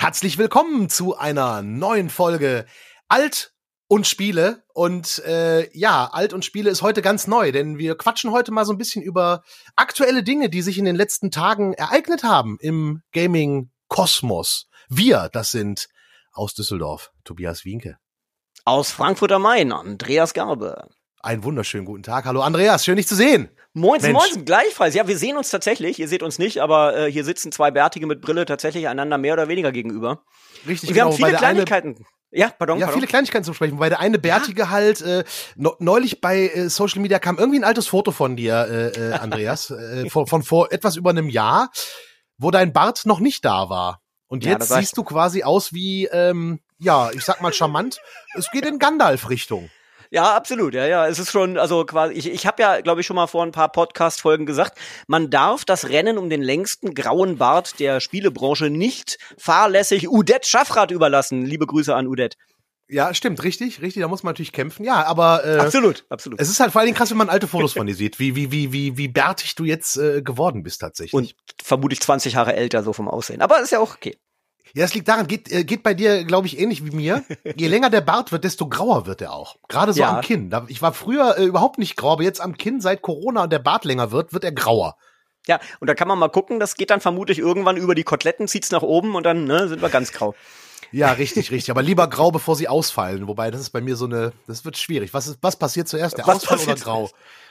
Herzlich willkommen zu einer neuen Folge Alt und Spiele. Und Alt und Spiele ist heute ganz neu, denn wir quatschen heute mal so ein bisschen über aktuelle Dinge, die sich in den letzten Tagen ereignet haben im Gaming-Kosmos. Wir, das sind aus Düsseldorf, Tobias Wienke. Aus Frankfurt am Main, Andreas Garbe. Einen wunderschönen guten Tag. Hallo Andreas, schön dich zu sehen. Moinsen, moinsen, gleichfalls. Ja, wir sehen uns tatsächlich. Ihr seht uns nicht, aber hier sitzen zwei Bärtige mit Brille tatsächlich einander mehr oder weniger gegenüber. Richtig, und wir haben viele Kleinigkeiten. Pardon. Viele Kleinigkeiten zu sprechen, weil der eine Bärtige neulich bei Social Media kam irgendwie ein altes Foto von dir, Andreas, von vor etwas über einem Jahr, wo dein Bart noch nicht da war. Und jetzt siehst du quasi aus wie, ich sag mal charmant, es geht in Gandalf-Richtung. Ja, absolut. Ja. Es ist schon, also quasi, ich habe ja, glaube ich, schon mal vor ein paar Podcast-Folgen gesagt, man darf das Rennen um den längsten grauen Bart der Spielebranche nicht fahrlässig Udet Schaffrath überlassen. Liebe Grüße an Udet. Ja, stimmt, richtig, da muss man natürlich kämpfen. Ja, aber absolut. Es ist halt vor allen Dingen krass, wenn man alte Fotos von dir sieht, wie bärtig du jetzt geworden bist tatsächlich. Und vermutlich 20 Jahre älter so vom Aussehen. Aber ist ja auch okay. Ja, es liegt daran, geht bei dir, glaube ich, ähnlich wie mir. Je länger der Bart wird, desto grauer wird er auch. Gerade so am Kinn. Ich war früher überhaupt nicht grau, aber jetzt am Kinn, seit Corona und der Bart länger wird er grauer. Ja, und da kann man mal gucken, das geht dann vermutlich irgendwann über die Koteletten, zieht's nach oben und dann sind wir ganz grau. Ja, richtig. Aber lieber grau, bevor sie ausfallen. Wobei, das ist bei mir das wird schwierig. Was passiert zuerst, der Ausfall oder grau?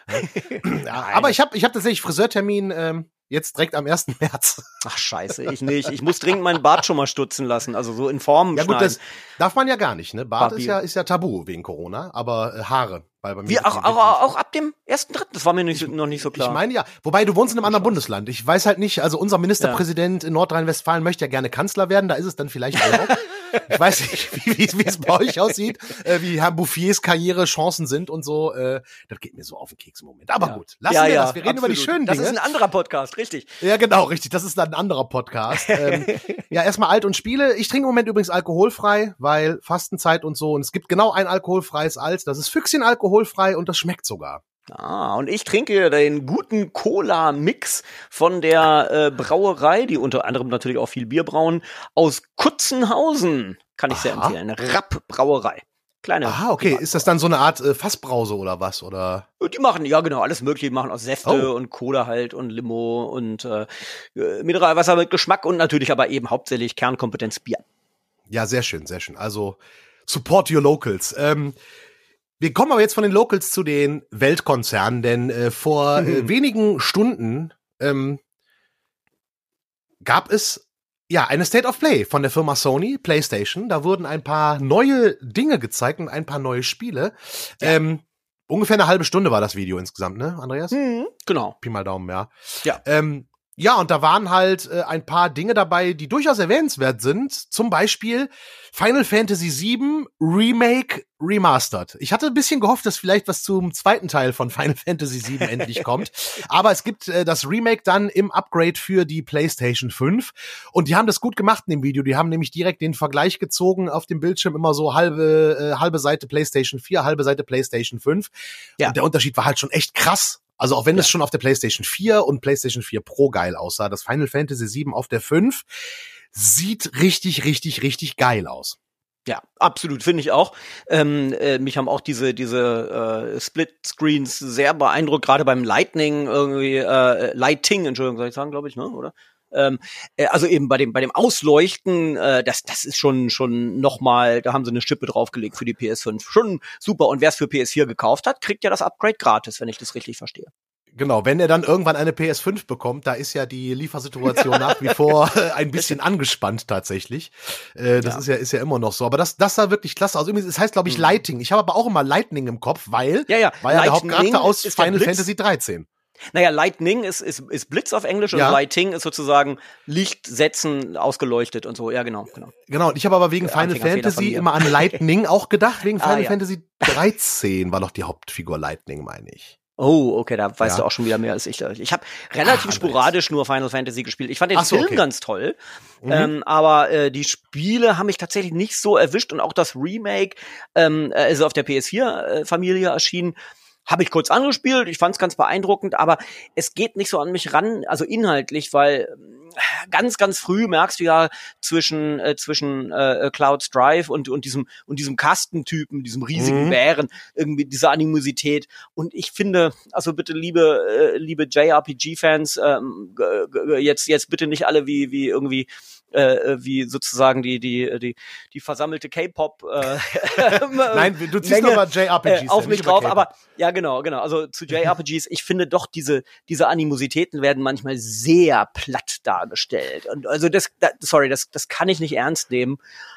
Ja, aber ich hab tatsächlich Friseurtermin, jetzt direkt am 1. März. Ach scheiße, ich nicht. Ich muss dringend meinen Bart schon mal stutzen lassen, also so in Formen schneiden. Ja gut, das darf man ja gar nicht, ne? Bart ist ja tabu wegen Corona, aber Haare. Bei mir wie, auch ab dem 1.3., das war mir noch nicht so klar. Ich meine ja, wobei du wohnst in einem anderen Bundesland. Ich weiß halt nicht, also unser Ministerpräsident in Nordrhein-Westfalen möchte ja gerne Kanzler werden, da ist es dann vielleicht erlaubt. Ich weiß nicht, wie es bei euch aussieht, wie Herrn Bouffiers Karrierechancen sind und so. Das geht mir so auf den Keks im Moment. Aber gut, lassen wir das. Wir reden über die schönen Dinge. Das ist ein anderer Podcast, richtig. Ja, genau, richtig. Das ist dann ein anderer Podcast. Erstmal Alt und Spiele. Ich trinke im Moment übrigens alkoholfrei, weil Fastenzeit und so. Und es gibt genau ein alkoholfreies Alt. Das ist Füchschen alkoholfrei und das schmeckt sogar. Und ich trinke den guten Cola-Mix von der Brauerei, die unter anderem natürlich auch viel Bier brauen, aus Kutzenhausen. Kann ich sehr empfehlen. Eine Rapp-Brauerei. Kleine. Aha, okay. Ist das dann so eine Art Fassbrause oder was? Oder? Die machen, ja genau, alles mögliche. Die machen aus Säfte und Cola halt und Limo und Mineralwasser mit Geschmack und natürlich aber eben hauptsächlich Kernkompetenz Bier. Ja, sehr schön, sehr schön. Also, support your locals. Wir kommen aber jetzt von den Locals zu den Weltkonzernen, denn vor wenigen Stunden gab es eine State of Play von der Firma Sony, PlayStation. Da wurden ein paar neue Dinge gezeigt und ein paar neue Spiele. Ja. Ungefähr eine halbe Stunde war das Video insgesamt, ne, Andreas? Genau. Pi mal Daumen, ja. Ja. Und da waren halt ein paar Dinge dabei, die durchaus erwähnenswert sind. Zum Beispiel Final Fantasy VII Remake Remastered. Ich hatte ein bisschen gehofft, dass vielleicht was zum zweiten Teil von Final Fantasy VII endlich kommt. Aber es gibt das Remake dann im Upgrade für die PlayStation 5. Und die haben das gut gemacht in dem Video. Die haben nämlich direkt den Vergleich gezogen auf dem Bildschirm, immer so halbe Seite PlayStation 4, halbe Seite PlayStation 5. Ja. Und der Unterschied war halt schon echt krass. Also auch wenn es schon auf der PlayStation 4 und PlayStation 4 Pro geil aussah, das Final Fantasy VII auf der 5 sieht richtig, richtig, richtig geil aus. Ja, absolut, finde ich auch. Mich haben auch diese Split-Screens sehr beeindruckt, gerade beim Lighting, Entschuldigung, soll ich sagen, glaube ich, ne, oder? Also eben bei dem Ausleuchten, das ist schon nochmal, da haben sie eine Schippe draufgelegt für die PS5. Schon super. Und wer es für PS4 gekauft hat, kriegt ja das Upgrade gratis, wenn ich das richtig verstehe. Genau, wenn er dann irgendwann eine PS5 bekommt, da ist ja die Liefersituation nach wie vor ein bisschen angespannt tatsächlich. Das ist ja immer noch so. Aber das sah wirklich klasse aus. Es heißt, glaube ich, Lighting. Ich habe aber auch immer Lightning im Kopf, weil war ja der Hauptcharakter aus Final Fantasy 13. Naja, Lightning ist Blitz auf Englisch und Lighting ist sozusagen Licht setzen, ausgeleuchtet und so. Ja, genau. Genau, und ich habe aber wegen Final Fantasy immer an Lightning auch gedacht, wegen Final Fantasy 13 war doch die Hauptfigur Lightning, meine ich. Oh, okay, da weißt du auch schon wieder mehr als ich. Ich habe relativ sporadisch nur Final Fantasy gespielt. Ich fand den Film ganz toll, aber die Spiele haben mich tatsächlich nicht so erwischt und auch das Remake ist auf der PS4-Familie erschienen. Habe ich kurz angespielt, ich fand es ganz beeindruckend, aber es geht nicht so an mich ran, also inhaltlich, weil ganz, ganz früh merkst du ja zwischen Cloud Strife und diesem Kastentypen, diesem riesigen Bären, irgendwie diese Animosität. Und ich finde, also bitte liebe JRPG-Fans, jetzt bitte nicht alle wie irgendwie wie sozusagen die versammelte K-Pop Nein, du ziehst nochmal JRPGs auf mich drauf, aber ja, genau, also zu JRPGs, ich finde doch, diese Animositäten werden manchmal sehr platt dargestellt. Und also das kann ich nicht ernst nehmen.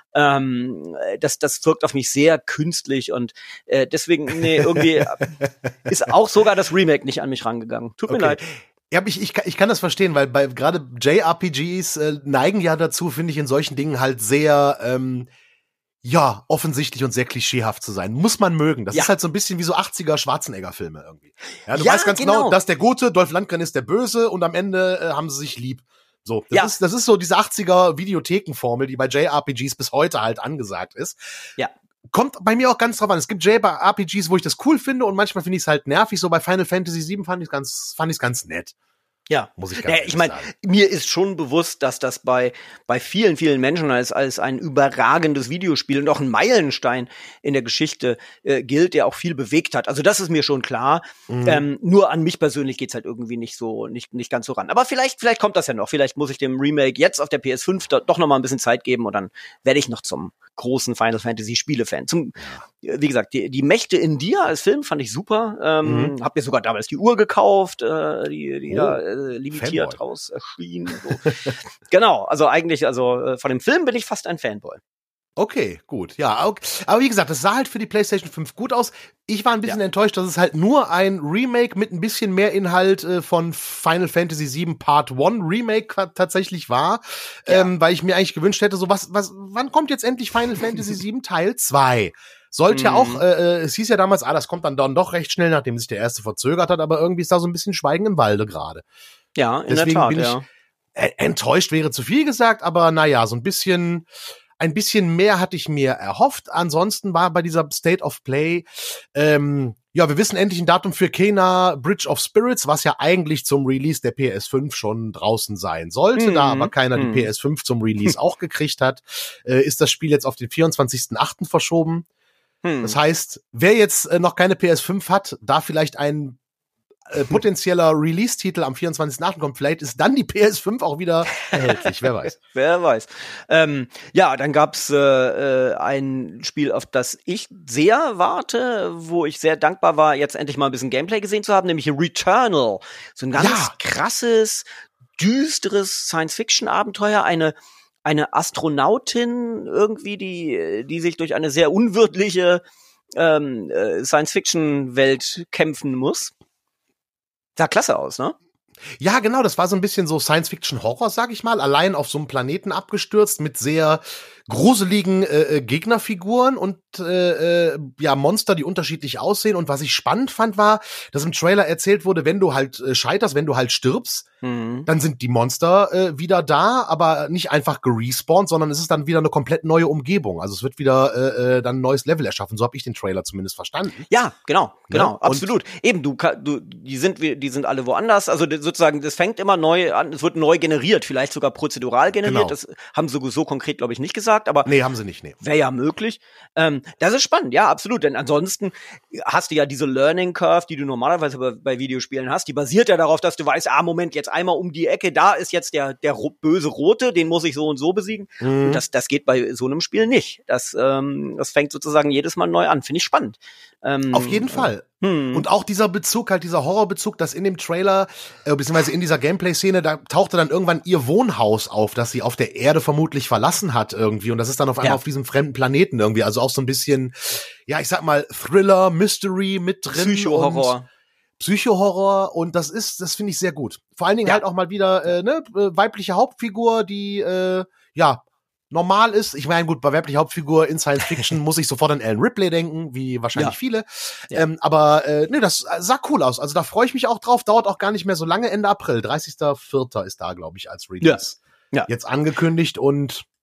Das wirkt auf mich sehr künstlich und deswegen, irgendwie ist auch sogar das Remake nicht an mich rangegangen. Tut mir leid. Ja, ich kann das verstehen, weil bei gerade JRPGs neigen ja dazu, finde ich, in solchen Dingen halt sehr offensichtlich und sehr klischeehaft zu sein. Muss man mögen. Das ist halt so ein bisschen wie so 80er Schwarzenegger-Filme irgendwie. Ja, du weißt ganz genau, dass der Gute, Dolph Lundgren ist der Böse und am Ende haben sie sich lieb. So, das ist so diese 80er Videothekenformel, die bei JRPGs bis heute halt angesagt ist. Ja. Kommt bei mir auch ganz drauf an. Es gibt JRPGs, wo ich das cool finde und manchmal finde ich es halt nervig. So bei Final Fantasy VII fand ich es ganz nett. Ja, muss ich ganz ich meine, mir ist schon bewusst, dass das bei vielen, vielen Menschen als ein überragendes Videospiel und auch ein Meilenstein in der Geschichte gilt, der auch viel bewegt hat. Also das ist mir schon klar. Nur an mich persönlich geht's halt irgendwie nicht ganz so ran. Aber vielleicht kommt das ja noch. Vielleicht muss ich dem Remake jetzt auf der PS5 doch noch mal ein bisschen Zeit geben und dann werde ich noch zum großen Final Fantasy Spiele-Fan. Wie gesagt, die Mächte in dir als Film fand ich super. Hab mir sogar damals die Uhr gekauft, die da limitiert Fanboy. raus erschien. So. Genau, also eigentlich, von dem Film bin ich fast ein Fanboy. Okay, gut. Ja, okay. Aber wie gesagt, das sah halt für die PlayStation 5 gut aus. Ich war ein bisschen enttäuscht, dass es halt nur ein Remake mit ein bisschen mehr Inhalt von Final Fantasy VII Part 1 Remake tatsächlich war, weil ich mir eigentlich gewünscht hätte, so wann kommt jetzt endlich Final Fantasy VII Teil 2? Sollte ja auch, es hieß ja damals, das kommt dann doch recht schnell, nachdem sich der erste verzögert hat, aber irgendwie ist da so ein bisschen Schweigen im Walde gerade. Ja, in Deswegen der Tat, bin ich enttäuscht, wäre zu viel gesagt, aber naja, so ein bisschen mehr hatte ich mir erhofft. Ansonsten war bei dieser State of Play, wir wissen endlich ein Datum für Kena Bridge of Spirits, was ja eigentlich zum Release der PS5 schon draußen sein sollte, da aber keiner die PS5 zum Release auch gekriegt hat, ist das Spiel jetzt auf den 24.08. verschoben. Das heißt, wer jetzt noch keine PS5 hat, da vielleicht ein potenzieller Release-Titel am 24.08. kommt, vielleicht ist dann die PS5 auch wieder erhältlich, wer weiß. Wer weiß. Dann gab's ein Spiel, auf das ich sehr warte, wo ich sehr dankbar war, jetzt endlich mal ein bisschen Gameplay gesehen zu haben, nämlich Returnal. So ein ganz krasses, düsteres Science-Fiction-Abenteuer, eine Astronautin irgendwie, die sich durch eine sehr unwirtliche Science-Fiction-Welt kämpfen muss. Sah klasse aus, ne? Ja, genau, das war so ein bisschen so Science-Fiction-Horror, sag ich mal, allein auf so einem Planeten abgestürzt mit sehr gruseligen Gegnerfiguren und Monster, die unterschiedlich aussehen. Und was ich spannend fand, war, dass im Trailer erzählt wurde, wenn du halt scheiterst, wenn du halt stirbst, dann sind die Monster wieder da, aber nicht einfach gerespawnt, sondern es ist dann wieder eine komplett neue Umgebung. Also es wird wieder dann ein neues Level erschaffen. So habe ich den Trailer zumindest verstanden. Ja, genau, Ja, absolut. Eben, die sind alle woanders. Also sozusagen, das fängt immer neu an, es wird neu generiert, vielleicht sogar prozedural generiert. Genau. Das haben sie so konkret, glaube ich, nicht gesagt, aber Nee, haben sie nicht, nee. wäre ja möglich. Das ist spannend, ja, absolut. Denn ansonsten hast du ja diese Learning Curve, die du normalerweise bei Videospielen hast, die basiert ja darauf, dass du weißt, Moment, jetzt einmal um die Ecke, da ist jetzt der böse Rote, den muss ich so und so besiegen. Und das geht bei so einem Spiel nicht. Das fängt sozusagen jedes Mal neu an. Finde ich spannend. Auf jeden Fall. Und auch dieser Bezug, halt dieser Horrorbezug, dass in dem Trailer, beziehungsweise in dieser Gameplay-Szene, da tauchte dann irgendwann ihr Wohnhaus auf, das sie auf der Erde vermutlich verlassen hat irgendwie. Und das ist dann auf einmal auf diesem fremden Planeten irgendwie. Also auch so ein bisschen, ja, ich sag mal, Thriller, Mystery mit drin. Psychohorror. Und das finde ich sehr gut. Vor allen Dingen halt auch mal wieder, weibliche Hauptfigur, die, normal ist. Ich meine, gut, bei weiblicher Hauptfigur in Science Fiction muss ich sofort an Ellen Ripley denken, wie wahrscheinlich viele. Ja. Aber das sah cool aus. Also da freue ich mich auch drauf. Dauert auch gar nicht mehr so lange. Ende April. 30.04. ist da, glaube ich, als Release. Ja. Jetzt angekündigt und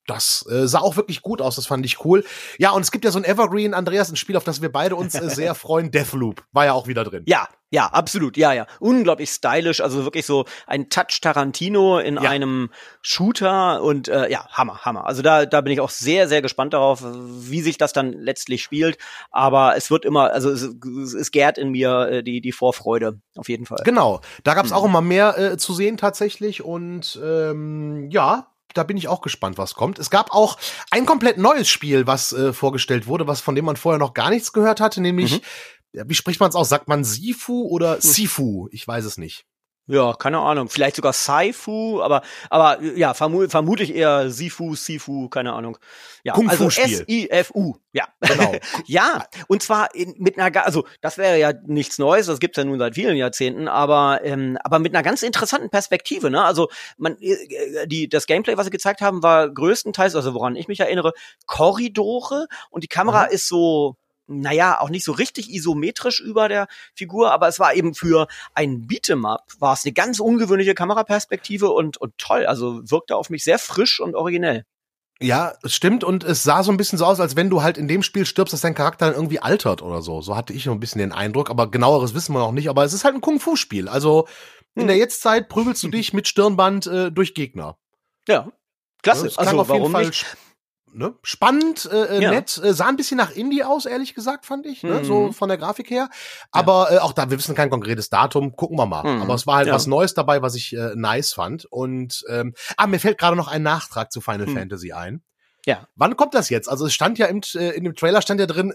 Das sah auch wirklich gut aus, das fand ich cool. Ja, und es gibt ja so ein Evergreen, Andreas, ein Spiel, auf das wir beide uns sehr freuen. Deathloop war ja auch wieder drin. Ja, ja, absolut, ja. Unglaublich stylisch, also wirklich so ein Touch Tarantino in einem Shooter und Hammer. Also da bin ich auch sehr, sehr gespannt darauf, wie sich das dann letztlich spielt. Aber es wird immer, also es gärt in mir die Vorfreude, auf jeden Fall. Genau, da gab's auch immer mehr zu sehen tatsächlich und da bin ich auch gespannt, was kommt. Es gab auch ein komplett neues Spiel, was vorgestellt wurde, von dem man vorher noch gar nichts gehört hatte, nämlich, wie spricht man es aus? Sagt man Sifu oder Sifu? Ich weiß es nicht. Ja, keine Ahnung. Vielleicht sogar Saifu, aber ja, vermutlich eher Sifu, keine Ahnung. Ja, also S-I-F-U. Ja, genau. Ja, und zwar mit einer, also das wäre ja nichts Neues, das gibt's ja nun seit vielen Jahrzehnten, aber mit einer ganz interessanten Perspektive, ne? Also das Gameplay, was sie gezeigt haben, war größtenteils, also woran ich mich erinnere, Korridore und die Kamera ist so, naja, auch nicht so richtig isometrisch über der Figur, aber es war eben für ein Beat'em-up, war es eine ganz ungewöhnliche Kameraperspektive und toll, also wirkte auf mich sehr frisch und originell. Ja, es stimmt und es sah so ein bisschen so aus, als wenn du halt in dem Spiel stirbst, dass dein Charakter dann irgendwie altert oder so. So hatte ich noch ein bisschen den Eindruck, aber genaueres wissen wir noch nicht. Aber es ist halt ein Kung-Fu-Spiel, also in der Jetztzeit prügelst du dich mit Stirnband durch Gegner. Ja, klasse. Das also auf jeden Fall nicht? Ne? Spannend, nett, sah ein bisschen nach Indie aus, ehrlich gesagt, fand ich, ne? So von der Grafik her. Aber auch da, wir wissen kein konkretes Datum, gucken wir mal. Aber es war halt was Neues dabei, was ich nice fand. Und mir fällt gerade noch ein Nachtrag zu Final Fantasy ein. Ja. Wann kommt das jetzt? Also es stand ja in dem Trailer stand ja drin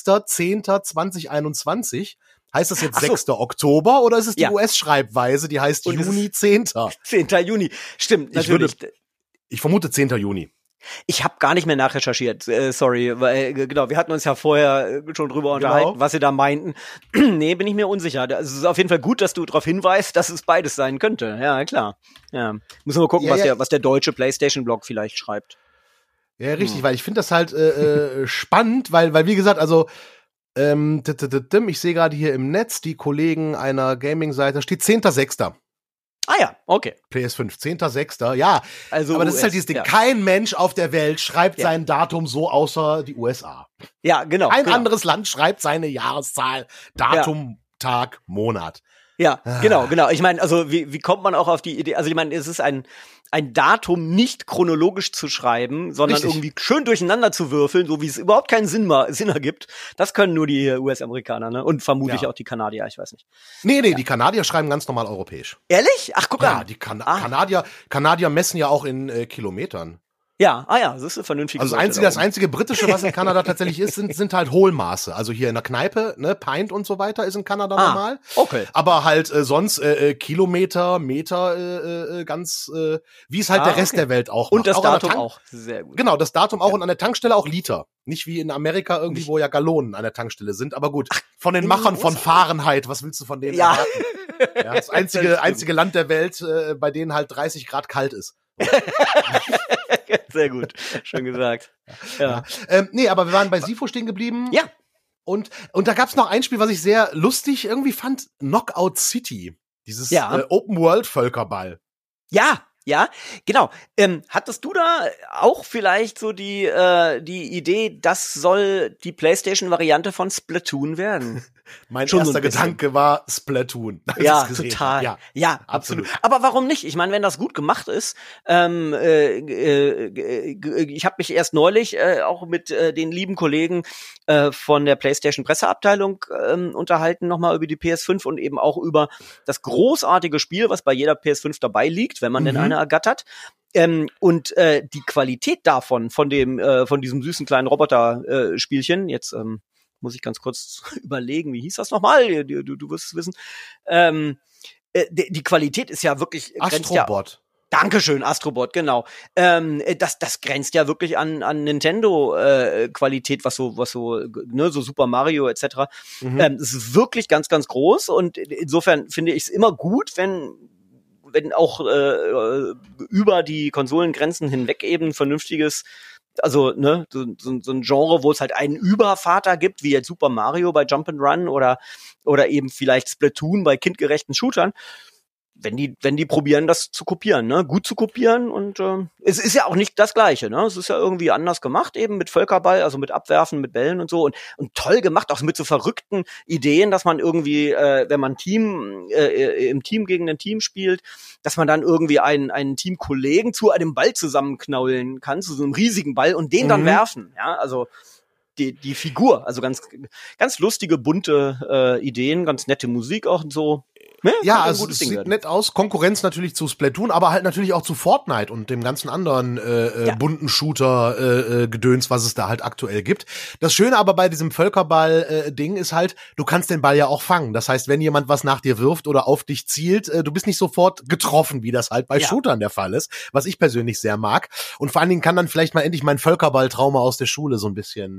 6.10.2021. Heißt das jetzt 6. Oktober oder ist es die US-Schreibweise, die heißt Juni 10. 10. Juni, stimmt, natürlich. Ich vermute 10. Juni. Ich habe gar nicht mehr nachrecherchiert, sorry, weil genau, wir hatten uns ja vorher schon drüber unterhalten, was sie da meinten. Nee, bin ich mir unsicher. Es ist auf jeden Fall gut, dass du darauf hinweist, dass es beides sein könnte. Ja, klar. Ja. Müssen wir mal gucken, was der deutsche PlayStation-Blog vielleicht schreibt. Ja, richtig, weil ich finde das halt spannend, weil wie gesagt, also ich sehe gerade hier im Netz die Kollegen einer Gaming-Seite, steht 10.6. Ah ja, okay. PS5, 10.6., ja. Also aber das ist halt dieses Ding, kein Mensch auf der Welt schreibt sein Datum so, außer die USA. Ja, genau. Kein anderes Land schreibt seine Jahreszahl, Datum, Tag, Monat. Ja, genau. Ich meine, also wie kommt man auch auf die Idee, also ich meine, es ist ein Datum nicht chronologisch zu schreiben, sondern irgendwie schön durcheinander zu würfeln, so wie es überhaupt keinen Sinn ergibt. Das können nur die US-Amerikaner, ne? Und vermutlich auch die Kanadier, ich weiß nicht. Nee, die Kanadier schreiben ganz normal europäisch. Ehrlich? Ach, guck an. Ja, die Kanadier messen ja auch in Kilometern. Ja, das ist eine vernünftige Also das einzige britische, was in Kanada tatsächlich ist, sind halt Hohlmaße. Also hier in der Kneipe, ne, Pint und so weiter ist in Kanada normal. Okay. Aber halt sonst Kilometer, Meter, ganz wie es halt der Rest der Welt auch macht. Und das Datum auch. Sehr gut. Genau, das Datum auch und an der Tankstelle auch Liter. Nicht wie in Amerika irgendwie, wo ja Gallonen an der Tankstelle sind. Aber gut, von den Machern von Fahrenheit, was willst du von denen erwarten? Ja, das einzige Land der Welt, bei denen halt 30 Grad kalt ist. Sehr gut, schön gesagt. Ja. Nee, aber wir waren bei Sifu stehen geblieben. Ja. Und da gab's noch ein Spiel, was ich sehr lustig irgendwie fand, Knockout City. Dieses Open-World-Völkerball. Ja, genau. Hattest du da auch vielleicht so die Idee, das soll die PlayStation-Variante von Splatoon werden? Mein erster Gedanke war Splatoon. Ja, total. Ja, absolut. Aber warum nicht? Ich meine, wenn das gut gemacht ist, ich habe mich erst neulich auch mit den lieben Kollegen von der PlayStation Presseabteilung unterhalten, nochmal über die PS5 und eben auch über das großartige Spiel, was bei jeder PS5 dabei liegt, wenn man denn eine ergattert. Und die Qualität davon, von diesem süßen kleinen Roboter-Spielchen, jetzt muss ich ganz kurz überlegen, wie hieß das nochmal? Du wirst es wissen. Die Qualität ist ja wirklich... Astrobot. Dankeschön, Astrobot, genau. Das grenzt ja wirklich an Nintendo Qualität, was so ne, so Super Mario etc. Es ist wirklich ganz, ganz groß und insofern finde ich es immer gut, wenn auch über die Konsolengrenzen hinweg eben vernünftiges, also ne, so ein Genre, wo es halt einen Übervater gibt, wie jetzt Super Mario bei Jump and Run oder eben vielleicht Splatoon bei kindgerechten Shootern. wenn die probieren, das zu kopieren, ne, gut zu kopieren und es ist ja auch nicht das Gleiche, ne, es ist ja irgendwie anders gemacht, eben mit Völkerball, also mit Abwerfen, mit Bällen und so und toll gemacht, auch mit so verrückten Ideen, dass man irgendwie, wenn man im Team gegen ein Team spielt, dass man dann irgendwie einen Teamkollegen zu einem Ball zusammenknaulen kann, zu so einem riesigen Ball und den dann werfen, ja, also die Figur, also ganz lustige, bunte Ideen, ganz nette Musik auch und so. Ne? Ja, also es sieht nett aus. Konkurrenz natürlich zu Splatoon, aber halt natürlich auch zu Fortnite und dem ganzen anderen bunten Shooter-Gedöns, was es da halt aktuell gibt. Das Schöne aber bei diesem Völkerball-Ding ist halt, du kannst den Ball ja auch fangen. Das heißt, wenn jemand was nach dir wirft oder auf dich zielt, du bist nicht sofort getroffen, wie das halt bei Shootern der Fall ist, was ich persönlich sehr mag. Und vor allen Dingen kann dann vielleicht mal endlich mein Völkerball-Trauma aus der Schule so ein bisschen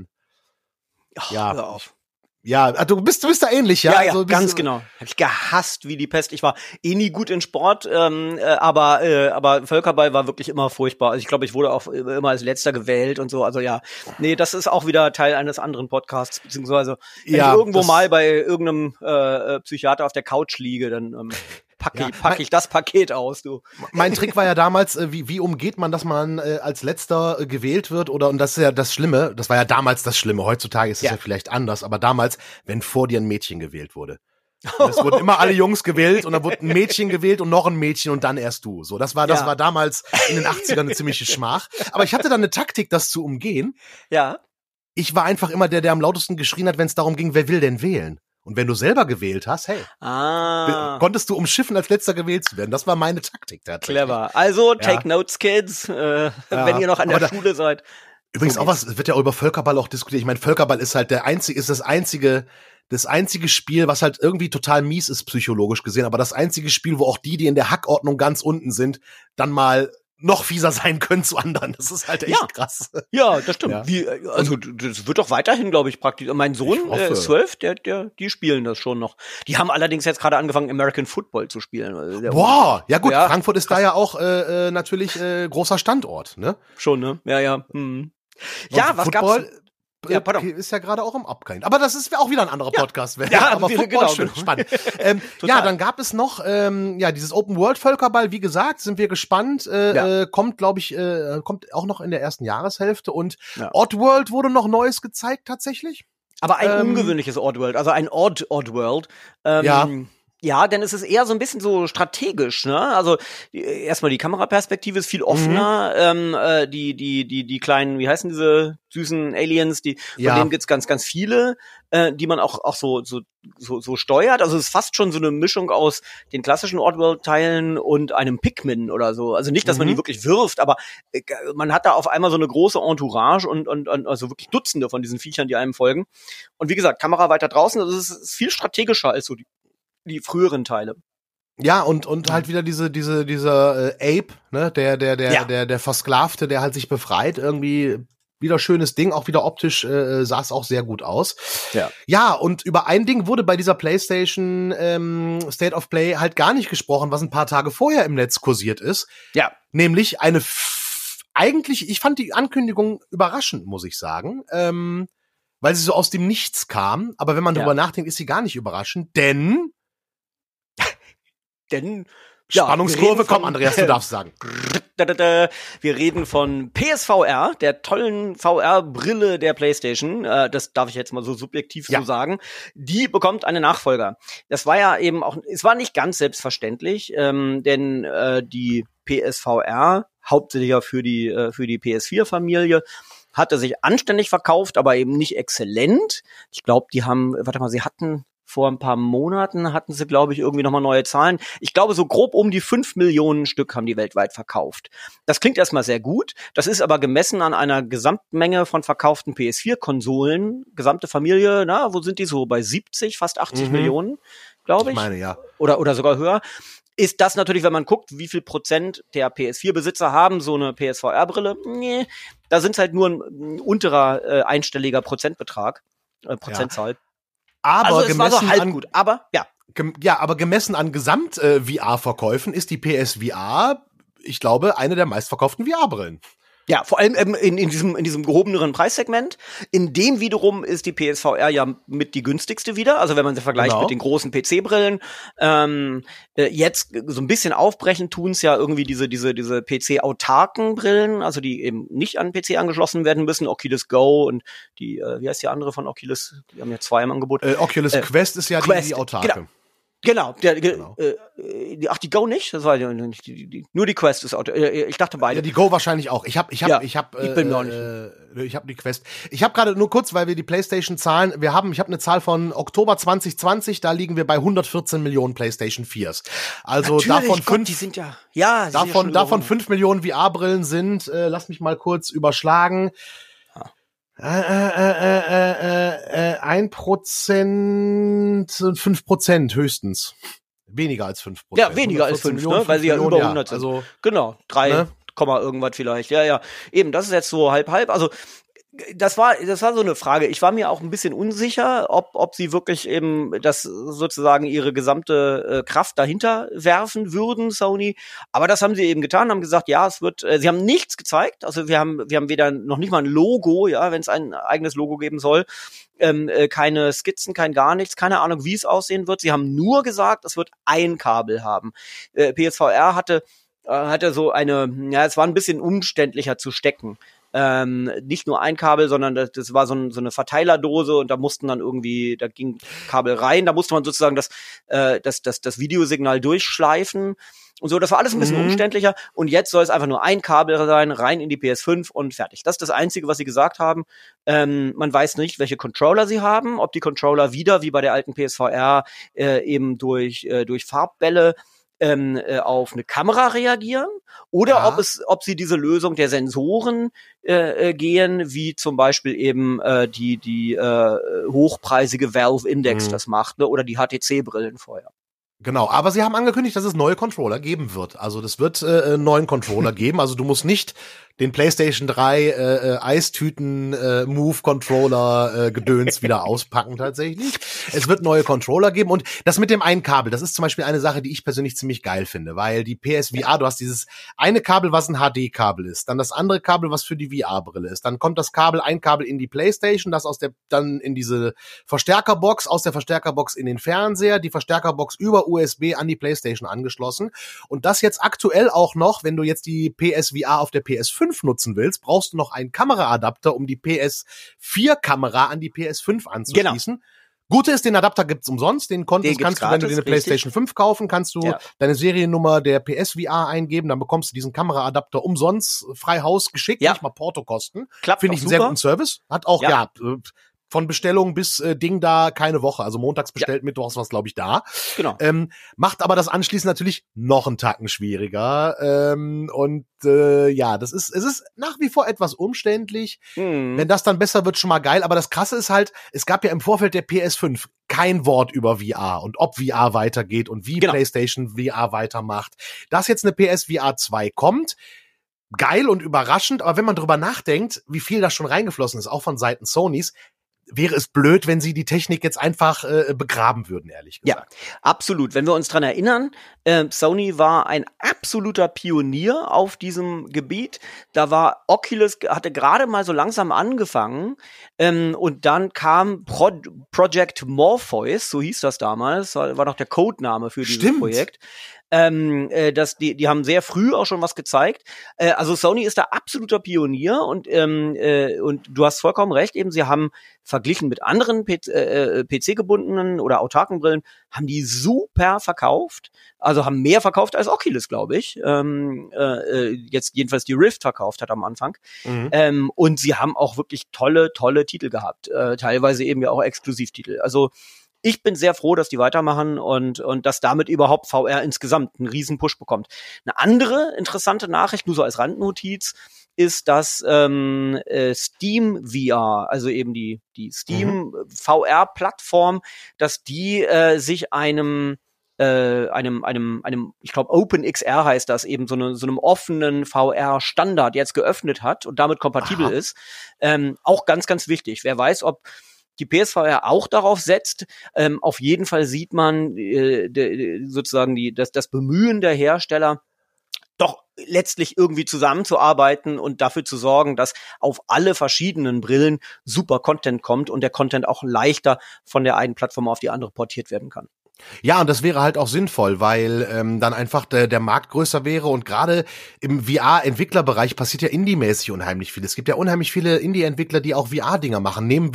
Ja, du bist da ähnlich, ja? Ja, also, ganz genau. Hab ich gehasst wie die Pest. Ich war nie gut in Sport, aber Völkerball war wirklich immer furchtbar. Also ich glaube, ich wurde auch immer als Letzter gewählt und so. Also ja, nee, das ist auch wieder Teil eines anderen Podcasts, beziehungsweise wenn ich irgendwo mal bei irgendeinem Psychiater auf der Couch liege, dann pack ich das Paket aus, du. Mein Trick war ja damals, wie umgeht man, dass man als Letzter gewählt wird und das ist ja das Schlimme, das war ja damals das Schlimme, heutzutage ist es ja vielleicht anders, aber damals, wenn vor dir ein Mädchen gewählt wurde. Es wurden immer alle Jungs gewählt und dann wurde ein Mädchen gewählt und noch ein Mädchen und dann erst du. So, das war damals in den 80ern eine ziemliche Schmach. Aber ich hatte dann eine Taktik, das zu umgehen. Ja. Ich war einfach immer der am lautesten geschrien hat, wenn es darum ging, wer will denn wählen? Und wenn du selber gewählt hast, hey, konntest du umschiffen, als Letzter gewählt zu werden. Das war meine Taktik tatsächlich. Clever. Also, take notes, Kids, wenn ihr noch an der Schule seid. Übrigens auch was, es wird ja auch über Völkerball auch diskutiert. Ich meine, Völkerball ist halt das einzige Spiel, was halt irgendwie total mies ist, psychologisch gesehen, aber das einzige Spiel, wo auch die in der Hackordnung ganz unten sind, dann mal noch fieser sein können zu anderen. Das ist halt echt krass. Ja, das stimmt. Ja. Also das wird doch weiterhin, glaube ich, praktisch. Mein Sohn ist 12, die spielen das schon noch. Die haben allerdings jetzt gerade angefangen, American Football zu spielen. Boah, ja gut, Frankfurt ist da ja auch natürlich großer Standort, ne? Schon, ne? Ja. Ja, was Football gab's? Ja, ist ja gerade auch im Abgehen. Aber das ist auch wieder ein anderer Podcast. Ja, aber Football schön spannend. Ja, dann gab es noch dieses Open-World-Völkerball. Wie gesagt, sind wir gespannt. Kommt, glaube ich, kommt auch noch in der ersten Jahreshälfte. Und Oddworld wurde noch Neues gezeigt tatsächlich. Aber ein ungewöhnliches Oddworld, also ein Oddworld. Ja, denn es ist eher so ein bisschen so strategisch, ne? Also erstmal die Kameraperspektive ist viel offener. Die kleinen, wie heißen diese süßen Aliens? Von denen gibt's ganz, ganz viele, die man auch so steuert. Also es ist fast schon so eine Mischung aus den klassischen Oddworld-Teilen und einem Pikmin oder so. Also nicht, dass man die wirklich wirft, aber man hat da auf einmal so eine große Entourage und also wirklich Dutzende von diesen Viechern, die einem folgen. Und wie gesagt, Kamera weiter draußen. Also es ist viel strategischer als so die früheren Teile. Ja, und halt wieder dieser Ape, ne, der Versklavte, der halt sich befreit, irgendwie wieder schönes Ding, auch wieder optisch sah es auch sehr gut aus. Ja, und über ein Ding wurde bei dieser PlayStation State of Play halt gar nicht gesprochen, was ein paar Tage vorher im Netz kursiert ist. Ja. Nämlich eigentlich, ich fand die Ankündigung überraschend, muss ich sagen, weil sie so aus dem Nichts kam, aber wenn man drüber nachdenkt, ist sie gar nicht überraschend, denn Spannungskurve, komm, Andreas, du darfst sagen. Wir reden von PSVR, der tollen VR-Brille der PlayStation. Das darf ich jetzt mal so subjektiv so sagen. Die bekommt einen Nachfolger. Das war ja eben auch, es war nicht ganz selbstverständlich, denn die PSVR, hauptsächlich ja für die PS4-Familie, hatte sich anständig verkauft, aber eben nicht exzellent. Ich glaube, sie hatten vor ein paar Monaten hatten sie, glaube ich, irgendwie nochmal neue Zahlen. Ich glaube, so grob um die 5 Millionen Stück haben die weltweit verkauft. Das klingt erstmal sehr gut. Das ist aber gemessen an einer Gesamtmenge von verkauften PS4-Konsolen. Gesamte Familie, wo sind die so? Bei 70, fast 80 Millionen, glaube ich. Ich meine, ja. Oder sogar höher. Ist das natürlich, wenn man guckt, wie viel Prozent der PS4-Besitzer haben so eine PSVR-Brille? Nee, da sind es halt nur ein unterer einstelliger Prozentbetrag, Prozentzahl. Aber also es war so halb gut, aber aber gemessen an Gesamt-VR-Verkäufen ist die PSVR, ich glaube, eine der meistverkauften VR-Brillen. Ja, vor allem in diesem gehobeneren Preissegment. In dem wiederum ist die PSVR ja mit die günstigste wieder. Also wenn man sie vergleicht mit den großen PC-Brillen. Jetzt so ein bisschen aufbrechen tun's ja irgendwie diese PC-autarken Brillen, also die eben nicht an PC angeschlossen werden müssen. Oculus Go und die, wie heißt die andere von Oculus? Die haben ja 2 im Angebot. Oculus Quest ist ja die autarke. Genau. Die Go nicht, das war nur die Quest ist Auto. Ich dachte beide. Ja, die Go wahrscheinlich auch. Ich bin mir auch nicht. Ich habe die Quest. Ich habe gerade nur kurz, weil wir die PlayStation Zahlen, ich habe eine Zahl von Oktober 2020, da liegen wir bei 114 Millionen PlayStation 4s. Also natürlich, die sind davon 5 Millionen VR-Brillen sind, lass mich mal kurz überschlagen. 1%, 5% höchstens. Weniger als 5%. Ja, weniger als 5, ne? Weil sie ja über 100 sind. Also, genau, 3, ne? Irgendwas vielleicht. Ja. Eben, das ist jetzt so halb. Also, das war so eine Frage. Ich war mir auch ein bisschen unsicher, ob sie wirklich eben das sozusagen ihre gesamte Kraft dahinter werfen würden, Sony. Aber das haben sie eben getan, haben gesagt, ja, es wird, sie haben nichts gezeigt. Also wir haben weder noch nicht mal ein Logo, ja, wenn es ein eigenes Logo geben soll. Keine Skizzen, kein gar nichts, keine Ahnung, wie es aussehen wird. Sie haben nur gesagt, es wird ein Kabel haben. PSVR hatte so es war ein bisschen umständlicher zu stecken. Nicht nur ein Kabel, sondern das war so eine Verteilerdose und da ging Kabel rein, da musste man sozusagen das Videosignal durchschleifen und so, das war alles ein bisschen umständlicher und jetzt soll es einfach nur ein Kabel sein, rein in die PS5 und fertig. Das ist das Einzige, was sie gesagt haben. Man weiß nicht, welche Controller sie haben, ob die Controller wieder, wie bei der alten PSVR, eben durch Farbbälle auf eine Kamera reagieren oder ob sie diese Lösung der Sensoren gehen, wie zum Beispiel eben die hochpreisige Valve Index das macht, ne? Oder die HTC-Brillen vorher. Genau, aber sie haben angekündigt, dass es neue Controller geben wird. Also das wird einen neuen Controller geben. Also du musst nicht den PlayStation 3 Eistüten Move Controller Gedöns wieder auspacken tatsächlich. Es wird neue Controller geben und das mit dem einen Kabel, das ist zum Beispiel eine Sache, die ich persönlich ziemlich geil finde, weil die PSVR, du hast dieses eine Kabel, was ein HD-Kabel ist, dann das andere Kabel, was für die VR-Brille ist, dann kommt ein Kabel in die PlayStation, das dann in diese Verstärkerbox, aus der Verstärkerbox in den Fernseher, die Verstärkerbox über USB an die PlayStation angeschlossen und das jetzt aktuell auch noch, wenn du jetzt die PSVR auf der PS5 nutzen willst, brauchst du noch einen Kameraadapter, um die PS4-Kamera an die PS5 anzuschließen. Genau. Gute ist, den Adapter gibt's umsonst, kannst du, wenn du dir eine PlayStation 5 kaufen, kannst du deine Seriennummer der PSVR eingeben, dann bekommst du diesen Kameraadapter umsonst frei Haus geschickt, nicht mal Portokosten. Finde ich einen sehr guten Service. Hat auch, von Bestellung bis Ding da keine Woche. Also montags bestellt, mittwochs was, glaube ich, da. Genau. Macht aber das Anschließen natürlich noch einen Tacken schwieriger. Es ist nach wie vor etwas umständlich. Wenn das dann besser wird, schon mal geil. Aber das Krasse ist halt, es gab ja im Vorfeld der PS5 kein Wort über VR und ob VR weitergeht und wie PlayStation VR weitermacht. Dass jetzt eine PSVR 2 kommt, geil und überraschend. Aber wenn man drüber nachdenkt, wie viel da schon reingeflossen ist, auch von Seiten Sonys, wäre es blöd, wenn sie die Technik jetzt einfach begraben würden, ehrlich gesagt. Ja, absolut. Wenn wir uns dran erinnern, Sony war ein absoluter Pionier auf diesem Gebiet. Da war Oculus, hatte gerade mal so langsam angefangen und dann kam Project Morpheus, so hieß das damals, war noch der Codename für dieses Projekt. Die haben sehr früh auch schon was gezeigt. Also Sony ist da absoluter Pionier und du hast vollkommen recht, eben sie haben verglichen mit anderen PC-gebundenen oder autarken Brillen, haben die super verkauft. Also haben mehr verkauft als Oculus, glaube ich. Jetzt jedenfalls die Rift verkauft hat am Anfang. Und sie haben auch wirklich tolle Titel gehabt. Teilweise eben ja auch Exklusivtitel. Also ich bin sehr froh, dass die weitermachen und dass damit überhaupt VR insgesamt einen riesen Push bekommt. Eine andere interessante Nachricht, nur so als Randnotiz, ist, dass Steam VR, also eben die Steam VR-Plattform, dass die sich einem, ich glaube OpenXR heißt das, eben so einem offenen VR-Standard jetzt geöffnet hat und damit kompatibel ist. Auch ganz, ganz wichtig. Wer weiß, ob die PSVR auch darauf setzt. Auf jeden Fall sieht man sozusagen das Bemühen der Hersteller, doch letztlich irgendwie zusammenzuarbeiten und dafür zu sorgen, dass auf alle verschiedenen Brillen super Content kommt und der Content auch leichter von der einen Plattform auf die andere portiert werden kann. Ja, und das wäre halt auch sinnvoll, weil dann einfach der Markt größer wäre und gerade im VR-Entwicklerbereich passiert ja indie-mäßig unheimlich viel. Es gibt ja unheimlich viele Indie-Entwickler, die auch VR-Dinger machen. Nehmen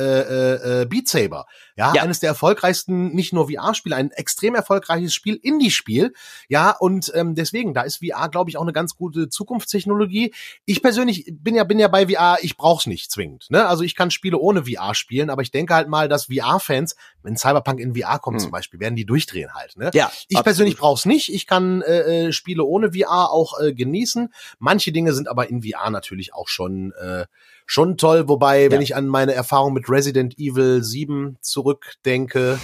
wir Beat Saber. Ja, eines der erfolgreichsten, nicht nur VR-Spiele, ein extrem erfolgreiches Spiel, Indie-Spiel. Ja, und deswegen, da ist VR, glaube ich, auch eine ganz gute Zukunftstechnologie. Ich persönlich bin ja bei VR, ich brauch's nicht zwingend. Ne? Also ich kann Spiele ohne VR spielen, aber ich denke halt mal, dass VR-Fans, wenn Cyberpunk in VR kommt zum Beispiel, werden die durchdrehen halt. Ne? Ja, ich absolut. persönlich brauch's nicht. Ich kann Spiele ohne VR auch genießen. Manche Dinge sind aber in VR natürlich auch schon toll. Wobei, wenn ich an meine Erfahrung mit Resident Evil 7 zurückdenke,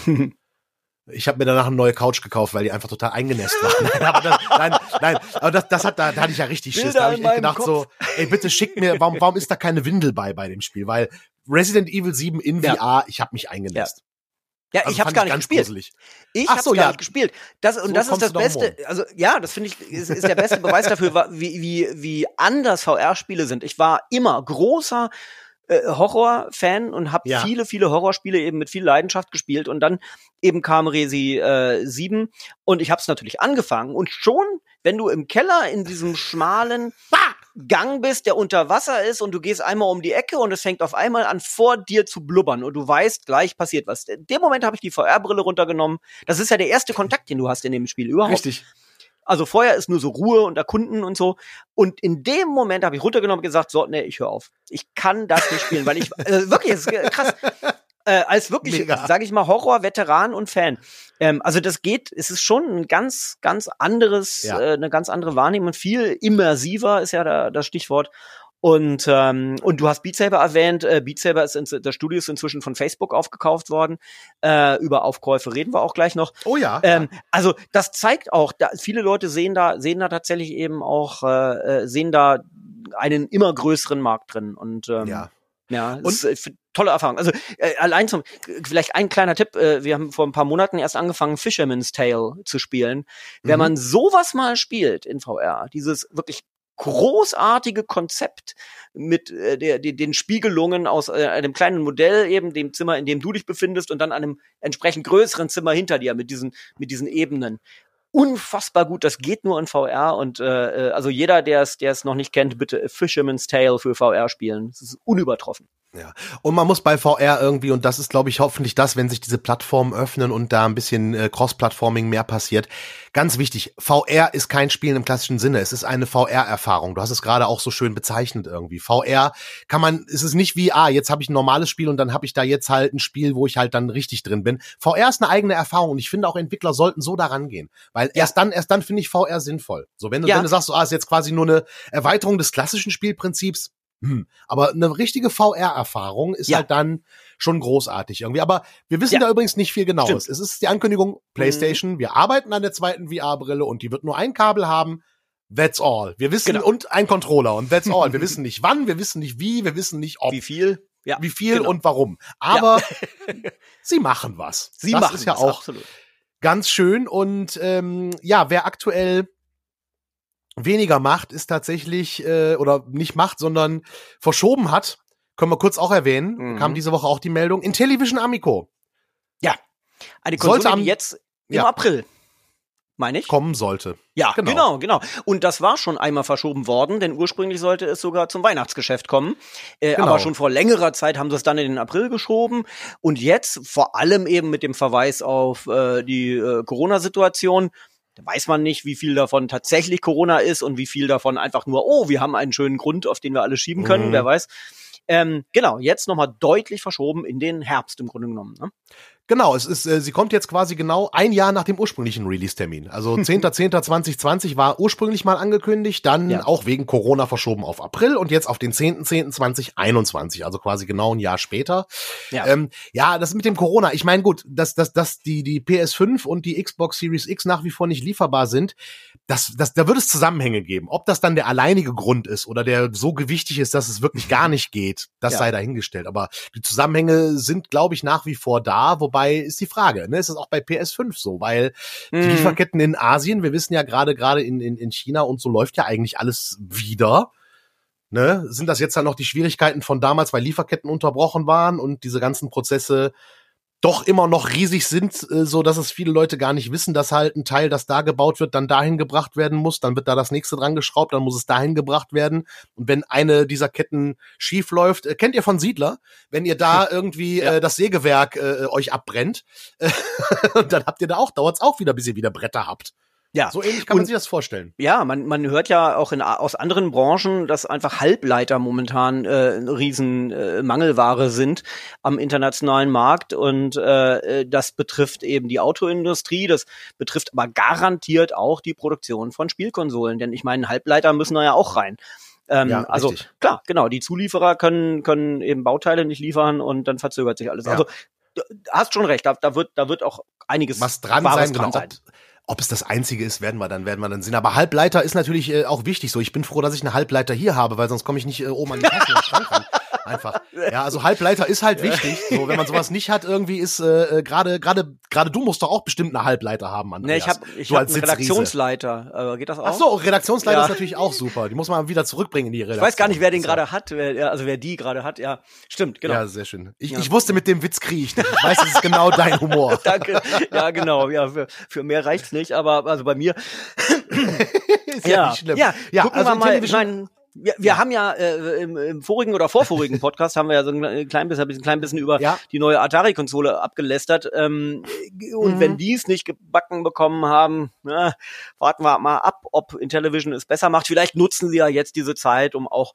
ich habe mir danach eine neue Couch gekauft, weil die einfach total eingenässt war. Aber da hatte ich ja richtig Schiss. Da habe ich echt gedacht so, ey, bitte schick mir, warum ist da keine Windel bei dem Spiel? Weil Resident Evil 7 in VR, ich habe mich eingenässt. Ja, Also ich hab's gar nicht gespielt. Gruselig. Ich hab's gar nicht gespielt. Das ist das Beste. Also ja, das finde ich ist der beste Beweis dafür, wie anders VR-Spiele sind. Ich war immer großer Horror-Fan und habe viele Horrorspiele eben mit viel Leidenschaft gespielt und dann eben kam Resi 7 und ich habe es natürlich angefangen und schon, wenn du im Keller in diesem schmalen Gang bist, der unter Wasser ist und du gehst einmal um die Ecke und es fängt auf einmal an vor dir zu blubbern und du weißt, gleich passiert was. In dem Moment habe ich die VR-Brille runtergenommen. Das ist ja der erste Kontakt, den du hast in dem Spiel überhaupt. Richtig. Also vorher ist nur so Ruhe und Erkunden und so. Und in dem Moment habe ich runtergenommen und gesagt, so, nee, ich höre auf. Ich kann das nicht spielen, weil ich, wirklich, es ist krass. Als wirklich, sage ich mal, Horror-Veteran und Fan. Also das geht, es ist schon ein ganz, ganz anderes, eine ganz andere Wahrnehmung. Viel immersiver ist ja das Stichwort. Und du hast Beat Saber erwähnt. Beat Saber ist das Studio ist inzwischen von Facebook aufgekauft worden. Über Aufkäufe reden wir auch gleich noch. Oh ja. Also das zeigt auch, viele Leute sehen da tatsächlich eben auch sehen da einen immer größeren Markt drin. Und das ist tolle Erfahrung. Also allein vielleicht ein kleiner Tipp, wir haben vor ein paar Monaten erst angefangen, Fisherman's Tale zu spielen. Wenn man sowas mal spielt in VR, dieses wirklich großartige Konzept mit den Spiegelungen aus einem kleinen Modell, eben dem Zimmer, in dem du dich befindest und dann einem entsprechend größeren Zimmer hinter dir mit diesen Ebenen. Unfassbar gut, das geht nur in VR und also jeder, der es noch nicht kennt, bitte Fisherman's Tale für VR spielen. Das ist unübertroffen. Ja, und man muss bei VR irgendwie, und das ist, glaube ich, hoffentlich das, wenn sich diese Plattformen öffnen und da ein bisschen Cross-Plattforming mehr passiert. Ganz wichtig, VR ist kein Spielen im klassischen Sinne, es ist eine VR-Erfahrung. Du hast es gerade auch so schön bezeichnet irgendwie. VR es ist nicht wie, jetzt habe ich ein normales Spiel und dann habe ich da jetzt halt ein Spiel, wo ich halt dann richtig drin bin. VR ist eine eigene Erfahrung und ich finde auch Entwickler sollten so daran gehen, weil erst dann finde ich VR sinnvoll. So, wenn du sagst, ist jetzt quasi nur eine Erweiterung des klassischen Spielprinzips, aber eine richtige VR-Erfahrung ist halt dann schon großartig irgendwie. Aber wir wissen da übrigens nicht viel Genaues. Stimmt. Es ist die Ankündigung, PlayStation, wir arbeiten an der zweiten VR-Brille und die wird nur ein Kabel haben. That's all. Wir wissen, und ein Controller und that's all. Wir wissen nicht wann, wir wissen nicht wie, wir wissen nicht ob. Wie viel Und warum. Aber sie machen was. Das ist ja auch absolut ganz schön. Und wer aktuell weniger macht, ist tatsächlich, oder nicht macht, sondern verschoben hat, können wir kurz auch erwähnen, kam diese Woche auch die Meldung, Intellivision Amico. Ja, eine Konsole, die jetzt im April, meine ich, kommen sollte. Ja, genau. Und das war schon einmal verschoben worden, denn ursprünglich sollte es sogar zum Weihnachtsgeschäft kommen. Aber schon vor längerer Zeit haben sie es dann in den April geschoben. Und jetzt, vor allem eben mit dem Verweis auf die Corona-Situation, da weiß man nicht, wie viel davon tatsächlich Corona ist und wie viel davon einfach nur, wir haben einen schönen Grund, auf den wir alle schieben können, wer weiß. Jetzt nochmal deutlich verschoben in den Herbst im Grunde genommen. Ne? Genau, sie kommt jetzt quasi genau ein Jahr nach dem ursprünglichen Release-Termin. Also 10.10.2020 war ursprünglich mal angekündigt, dann auch wegen Corona verschoben auf April und jetzt auf den 10.10.2021, also quasi genau ein Jahr später. Das mit dem Corona, ich meine gut, dass die PS5 und die Xbox Series X nach wie vor nicht lieferbar sind, da wird es Zusammenhänge geben. Ob das dann der alleinige Grund ist oder der so gewichtig ist, dass es wirklich gar nicht geht, das sei dahingestellt. Aber die Zusammenhänge sind, glaube ich, nach wie vor da. Wobei ist die Frage, ne, ist das auch bei PS5 so? Weil die Lieferketten in Asien, wir wissen ja gerade in China und so läuft ja eigentlich alles wieder. Ne? Sind das jetzt dann noch die Schwierigkeiten von damals, weil Lieferketten unterbrochen waren und diese ganzen Prozesse doch immer noch riesig sind, so dass es viele Leute gar nicht wissen, dass halt ein Teil, das da gebaut wird, dann dahin gebracht werden muss, dann wird da das nächste dran geschraubt, dann muss es dahin gebracht werden. Und wenn eine dieser Ketten schief läuft, kennt ihr von Siedler, wenn ihr da irgendwie das Sägewerk euch abbrennt, dann habt ihr da auch, dauert's auch wieder, bis ihr wieder Bretter habt. Ja. So ähnlich kann man sich das vorstellen. Ja, man hört ja auch aus anderen Branchen, dass einfach Halbleiter momentan eine riesen Mangelware sind am internationalen Markt und das betrifft eben die Autoindustrie, das betrifft aber garantiert auch die Produktion von Spielkonsolen, denn ich meine, Halbleiter müssen da ja auch rein. Also richtig. Klar, genau, die Zulieferer können eben Bauteile nicht liefern und dann verzögert sich alles. Ja. Also du hast schon recht, da wird auch einiges was dran sein, genau. Ob es das Einzige ist, werden wir dann sehen. Aber Halbleiter ist natürlich auch wichtig so. Ich bin froh, dass ich eine Halbleiter hier habe, weil sonst komme ich nicht oben an die Tasse im Schrank ran. Einfach. Ja, also Halbleiter ist halt wichtig. So, wenn man sowas nicht hat, irgendwie ist gerade du musst doch auch bestimmt eine Halbleiter haben, Andreas. Ne, ich hab einen Redaktionsleiter. Geht das auch? Ach so, Redaktionsleiter ist natürlich auch super. Die muss man wieder zurückbringen in die Redaktion. Ich weiß gar nicht, wer den gerade hat, wer die gerade hat. Ja, stimmt, genau. Ja, sehr schön. Ich wusste, mit dem Witz kriege ich nicht. Ich weiß, das ist genau dein Humor. Danke. Ja, genau. Ja, für mehr reicht's nicht, aber also bei mir ist ja nicht schlimm. Ja, gucken wir mal. Wir haben ja im vorigen oder vorvorigen Podcast haben wir ja so ein klein bisschen über die neue Atari-Konsole abgelästert. Und wenn die es nicht gebacken bekommen haben, warten wir mal ab, ob Intellivision es besser macht. Vielleicht nutzen sie ja jetzt diese Zeit, um auch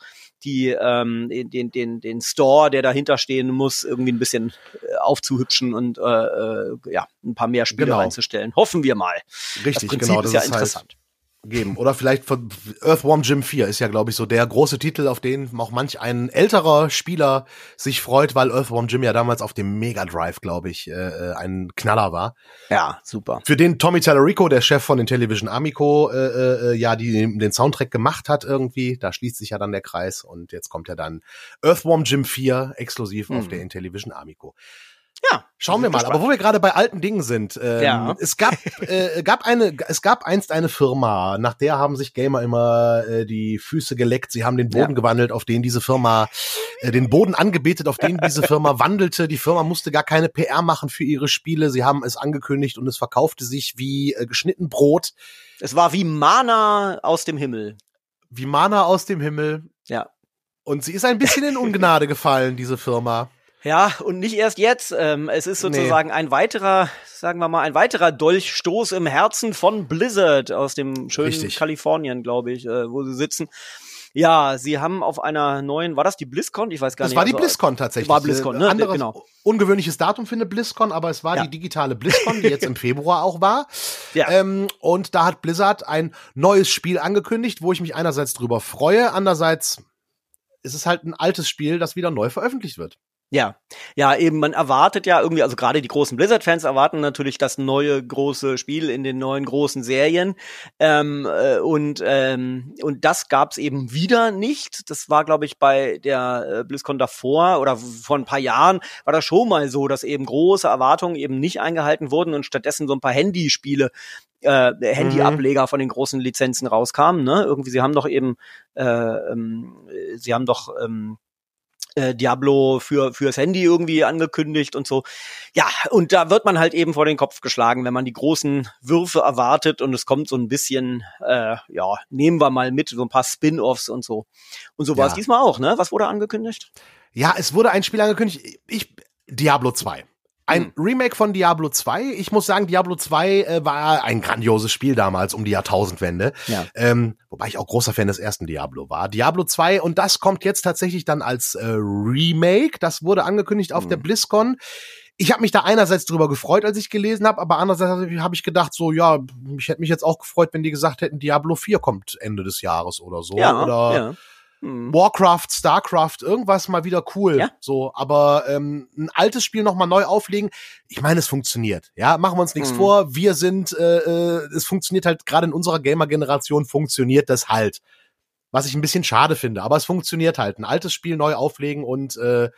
den Store, der dahinter stehen muss, irgendwie ein bisschen aufzuhübschen und ein paar mehr Spiele reinzustellen. Hoffen wir mal. Richtig, das Prinzip ist ja interessant. Geben. Oder vielleicht von Earthworm Jim 4 ist ja, glaube ich, so der große Titel, auf den auch manch ein älterer Spieler sich freut, weil Earthworm Jim ja damals auf dem Mega Drive, glaube ich, ein Knaller war. Ja, super. Für den Tommy Tallarico, der Chef von Intellivision Amico, den Soundtrack gemacht hat irgendwie. Da schließt sich ja dann der Kreis und jetzt kommt ja dann Earthworm Jim 4 exklusiv auf der Intellivision Amico. Ja, schauen wir mal. Gespannt. Aber wo wir gerade bei alten Dingen sind, es gab einst eine Firma, nach der haben sich Gamer immer die Füße geleckt. Sie haben den Boden gewandelt, auf den diese Firma, den Boden angebetet, auf den diese Firma wandelte. Die Firma musste gar keine PR machen für ihre Spiele. Sie haben es angekündigt und es verkaufte sich wie geschnitten Brot. Es war wie Mana aus dem Himmel. Wie Mana aus dem Himmel. Ja. Und sie ist ein bisschen in Ungnade gefallen, diese Firma. Ja, und nicht erst jetzt. Es ist sozusagen ein weiterer Dolchstoß im Herzen von Blizzard aus dem schönen Kalifornien, glaube ich, wo sie sitzen. Ja, sie haben auf einer neuen, war das die BlizzCon? Ich weiß gar nicht. Das war die BlizzCon tatsächlich. War BlizzCon, ne? Anderes, genau. Ungewöhnliches Datum für eine BlizzCon, aber es war die digitale BlizzCon, die jetzt im Februar auch war. Ja. Und da hat Blizzard ein neues Spiel angekündigt, wo ich mich einerseits drüber freue, andererseits ist es halt ein altes Spiel, das wieder neu veröffentlicht wird. Ja, eben, man erwartet ja irgendwie, also gerade die großen Blizzard-Fans erwarten natürlich das neue große Spiel in den neuen großen Serien. Und das gab's eben wieder nicht. Das war, glaube ich, bei der BlizzCon davor oder vor ein paar Jahren war das schon mal so, dass eben große Erwartungen eben nicht eingehalten wurden und stattdessen so ein paar Handyspiele Handy-Ableger von den großen Lizenzen rauskamen, ne? Irgendwie, sie haben doch Diablo fürs Handy irgendwie angekündigt und so. Ja, und da wird man halt eben vor den Kopf geschlagen, wenn man die großen Würfe erwartet und es kommt so ein bisschen, nehmen wir mal mit, so ein paar Spin-Offs und so. Und so war es diesmal auch, ne? Was wurde angekündigt? Ja, es wurde ein Spiel angekündigt, Diablo 2. Ein Remake von Diablo 2. Ich muss sagen, Diablo 2 war ein grandioses Spiel damals um die Jahrtausendwende. Ja. Wobei ich auch großer Fan des ersten Diablo war. Diablo 2 und das kommt jetzt tatsächlich dann als Remake. Das wurde angekündigt auf der BlizzCon. Ich habe mich da einerseits drüber gefreut, als ich gelesen habe, aber andererseits habe ich gedacht, so ja, ich hätte mich jetzt auch gefreut, wenn die gesagt hätten, Diablo 4 kommt Ende des Jahres oder so. Warcraft, Starcraft, irgendwas mal wieder cool. Ja. So, aber ein altes Spiel nochmal neu auflegen, ich meine, es funktioniert. Ja, machen wir uns nichts vor. Wir sind, es funktioniert halt, gerade in unserer Gamer-Generation funktioniert das halt. Was ich ein bisschen schade finde, aber es funktioniert halt. Ein altes Spiel neu auflegen und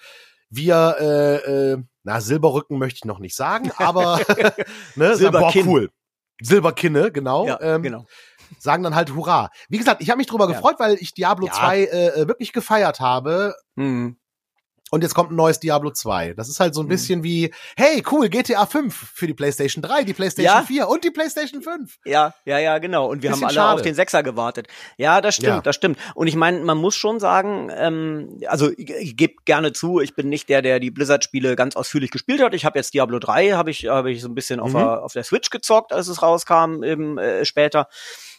Silberrücken möchte ich noch nicht sagen, aber ne, Silberkinn. cool. Silberkinne, genau. Ja, genau. Sagen dann halt Hurra. Wie gesagt, ich habe mich drüber gefreut, weil ich Diablo 2 wirklich gefeiert habe. Und jetzt kommt ein neues Diablo 2. Das ist halt so ein bisschen wie, hey, cool, GTA 5 für die PlayStation 3, die PlayStation 4 und die PlayStation 5. Ja, genau. Und wir haben alle schade. auf den 6er gewartet. Ja, das stimmt. Und ich meine, man muss schon sagen, also ich gebe gerne zu, ich bin nicht der die Blizzard-Spiele ganz ausführlich gespielt hat. Ich habe jetzt Diablo 3, habe ich so ein bisschen auf der Switch gezockt, als es rauskam, eben später.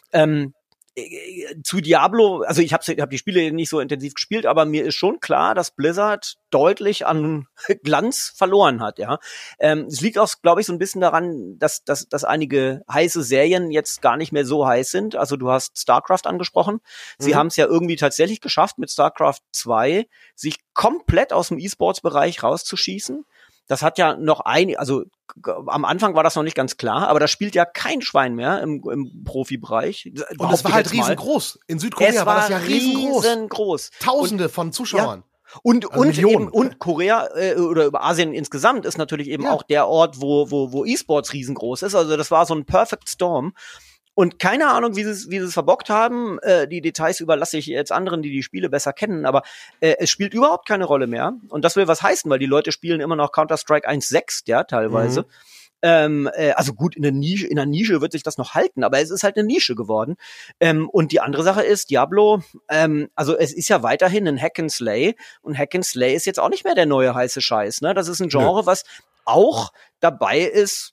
Zu Diablo, also ich hab die Spiele nicht so intensiv gespielt, aber mir ist schon klar, dass Blizzard deutlich an Glanz verloren hat, ja. Es liegt auch, glaube ich, so ein bisschen daran, dass einige heiße Serien jetzt gar nicht mehr so heiß sind. Also du hast StarCraft angesprochen. Sie haben es ja irgendwie tatsächlich geschafft, mit StarCraft 2 sich komplett aus dem E-Sports-Bereich rauszuschießen. Das hat ja noch also am Anfang war das noch nicht ganz klar, aber da spielt ja kein Schwein mehr im Profibereich. Und es war halt riesengroß. In Südkorea war das ja riesengroß. Tausende von Zuschauern. Ja. Und Korea oder Asien insgesamt ist natürlich eben auch der Ort, wo E-Sports riesengroß ist. Also das war so ein Perfect Storm. Und keine Ahnung, wie sie es verbockt haben. Die Details überlasse ich jetzt anderen, die Spiele besser kennen. Aber es spielt überhaupt keine Rolle mehr. Und das will was heißen, weil die Leute spielen immer noch Counter-Strike 1.6, ja, teilweise. Also gut, in der Nische wird sich das noch halten, aber es ist halt eine Nische geworden. Und die andere Sache ist, Diablo, also es ist ja weiterhin ein Hack and Slay. Und Hack and Slay ist jetzt auch nicht mehr der neue heiße Scheiß, ne? Das ist ein Genre, was auch dabei ist,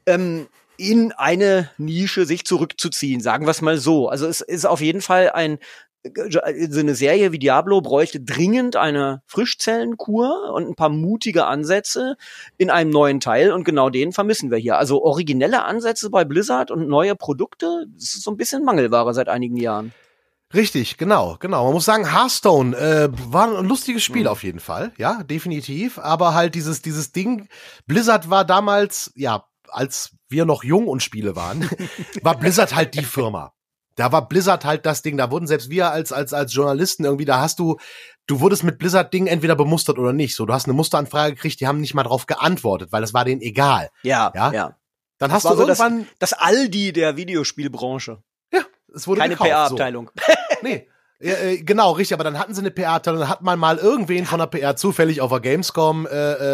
in eine Nische sich zurückzuziehen, sagen wir es mal so. Also es ist auf jeden Fall so eine Serie wie Diablo bräuchte dringend eine Frischzellenkur und ein paar mutige Ansätze in einem neuen Teil und genau den vermissen wir hier. Also originelle Ansätze bei Blizzard und neue Produkte, das ist so ein bisschen Mangelware seit einigen Jahren. Richtig, genau. Man muss sagen, Hearthstone war ein lustiges Spiel auf jeden Fall, ja, definitiv. Aber halt dieses Ding, Blizzard war damals, ja, als wir noch jung und Spiele waren, war Blizzard halt die Firma. Da war Blizzard halt das Ding. Da wurden selbst wir als Journalisten irgendwie, du wurdest mit Blizzard-Dingen entweder bemustert oder nicht. So, du hast eine Musteranfrage gekriegt, die haben nicht mal drauf geantwortet, weil das war denen egal. Ja. Dann hast du irgendwann das Aldi der Videospielbranche. Ja, es wurde keine PR-Abteilung. So. Nee. Genau, richtig, aber dann hatten sie eine PR-Abteilung, dann hat man mal irgendwen von der PR zufällig auf der Gamescom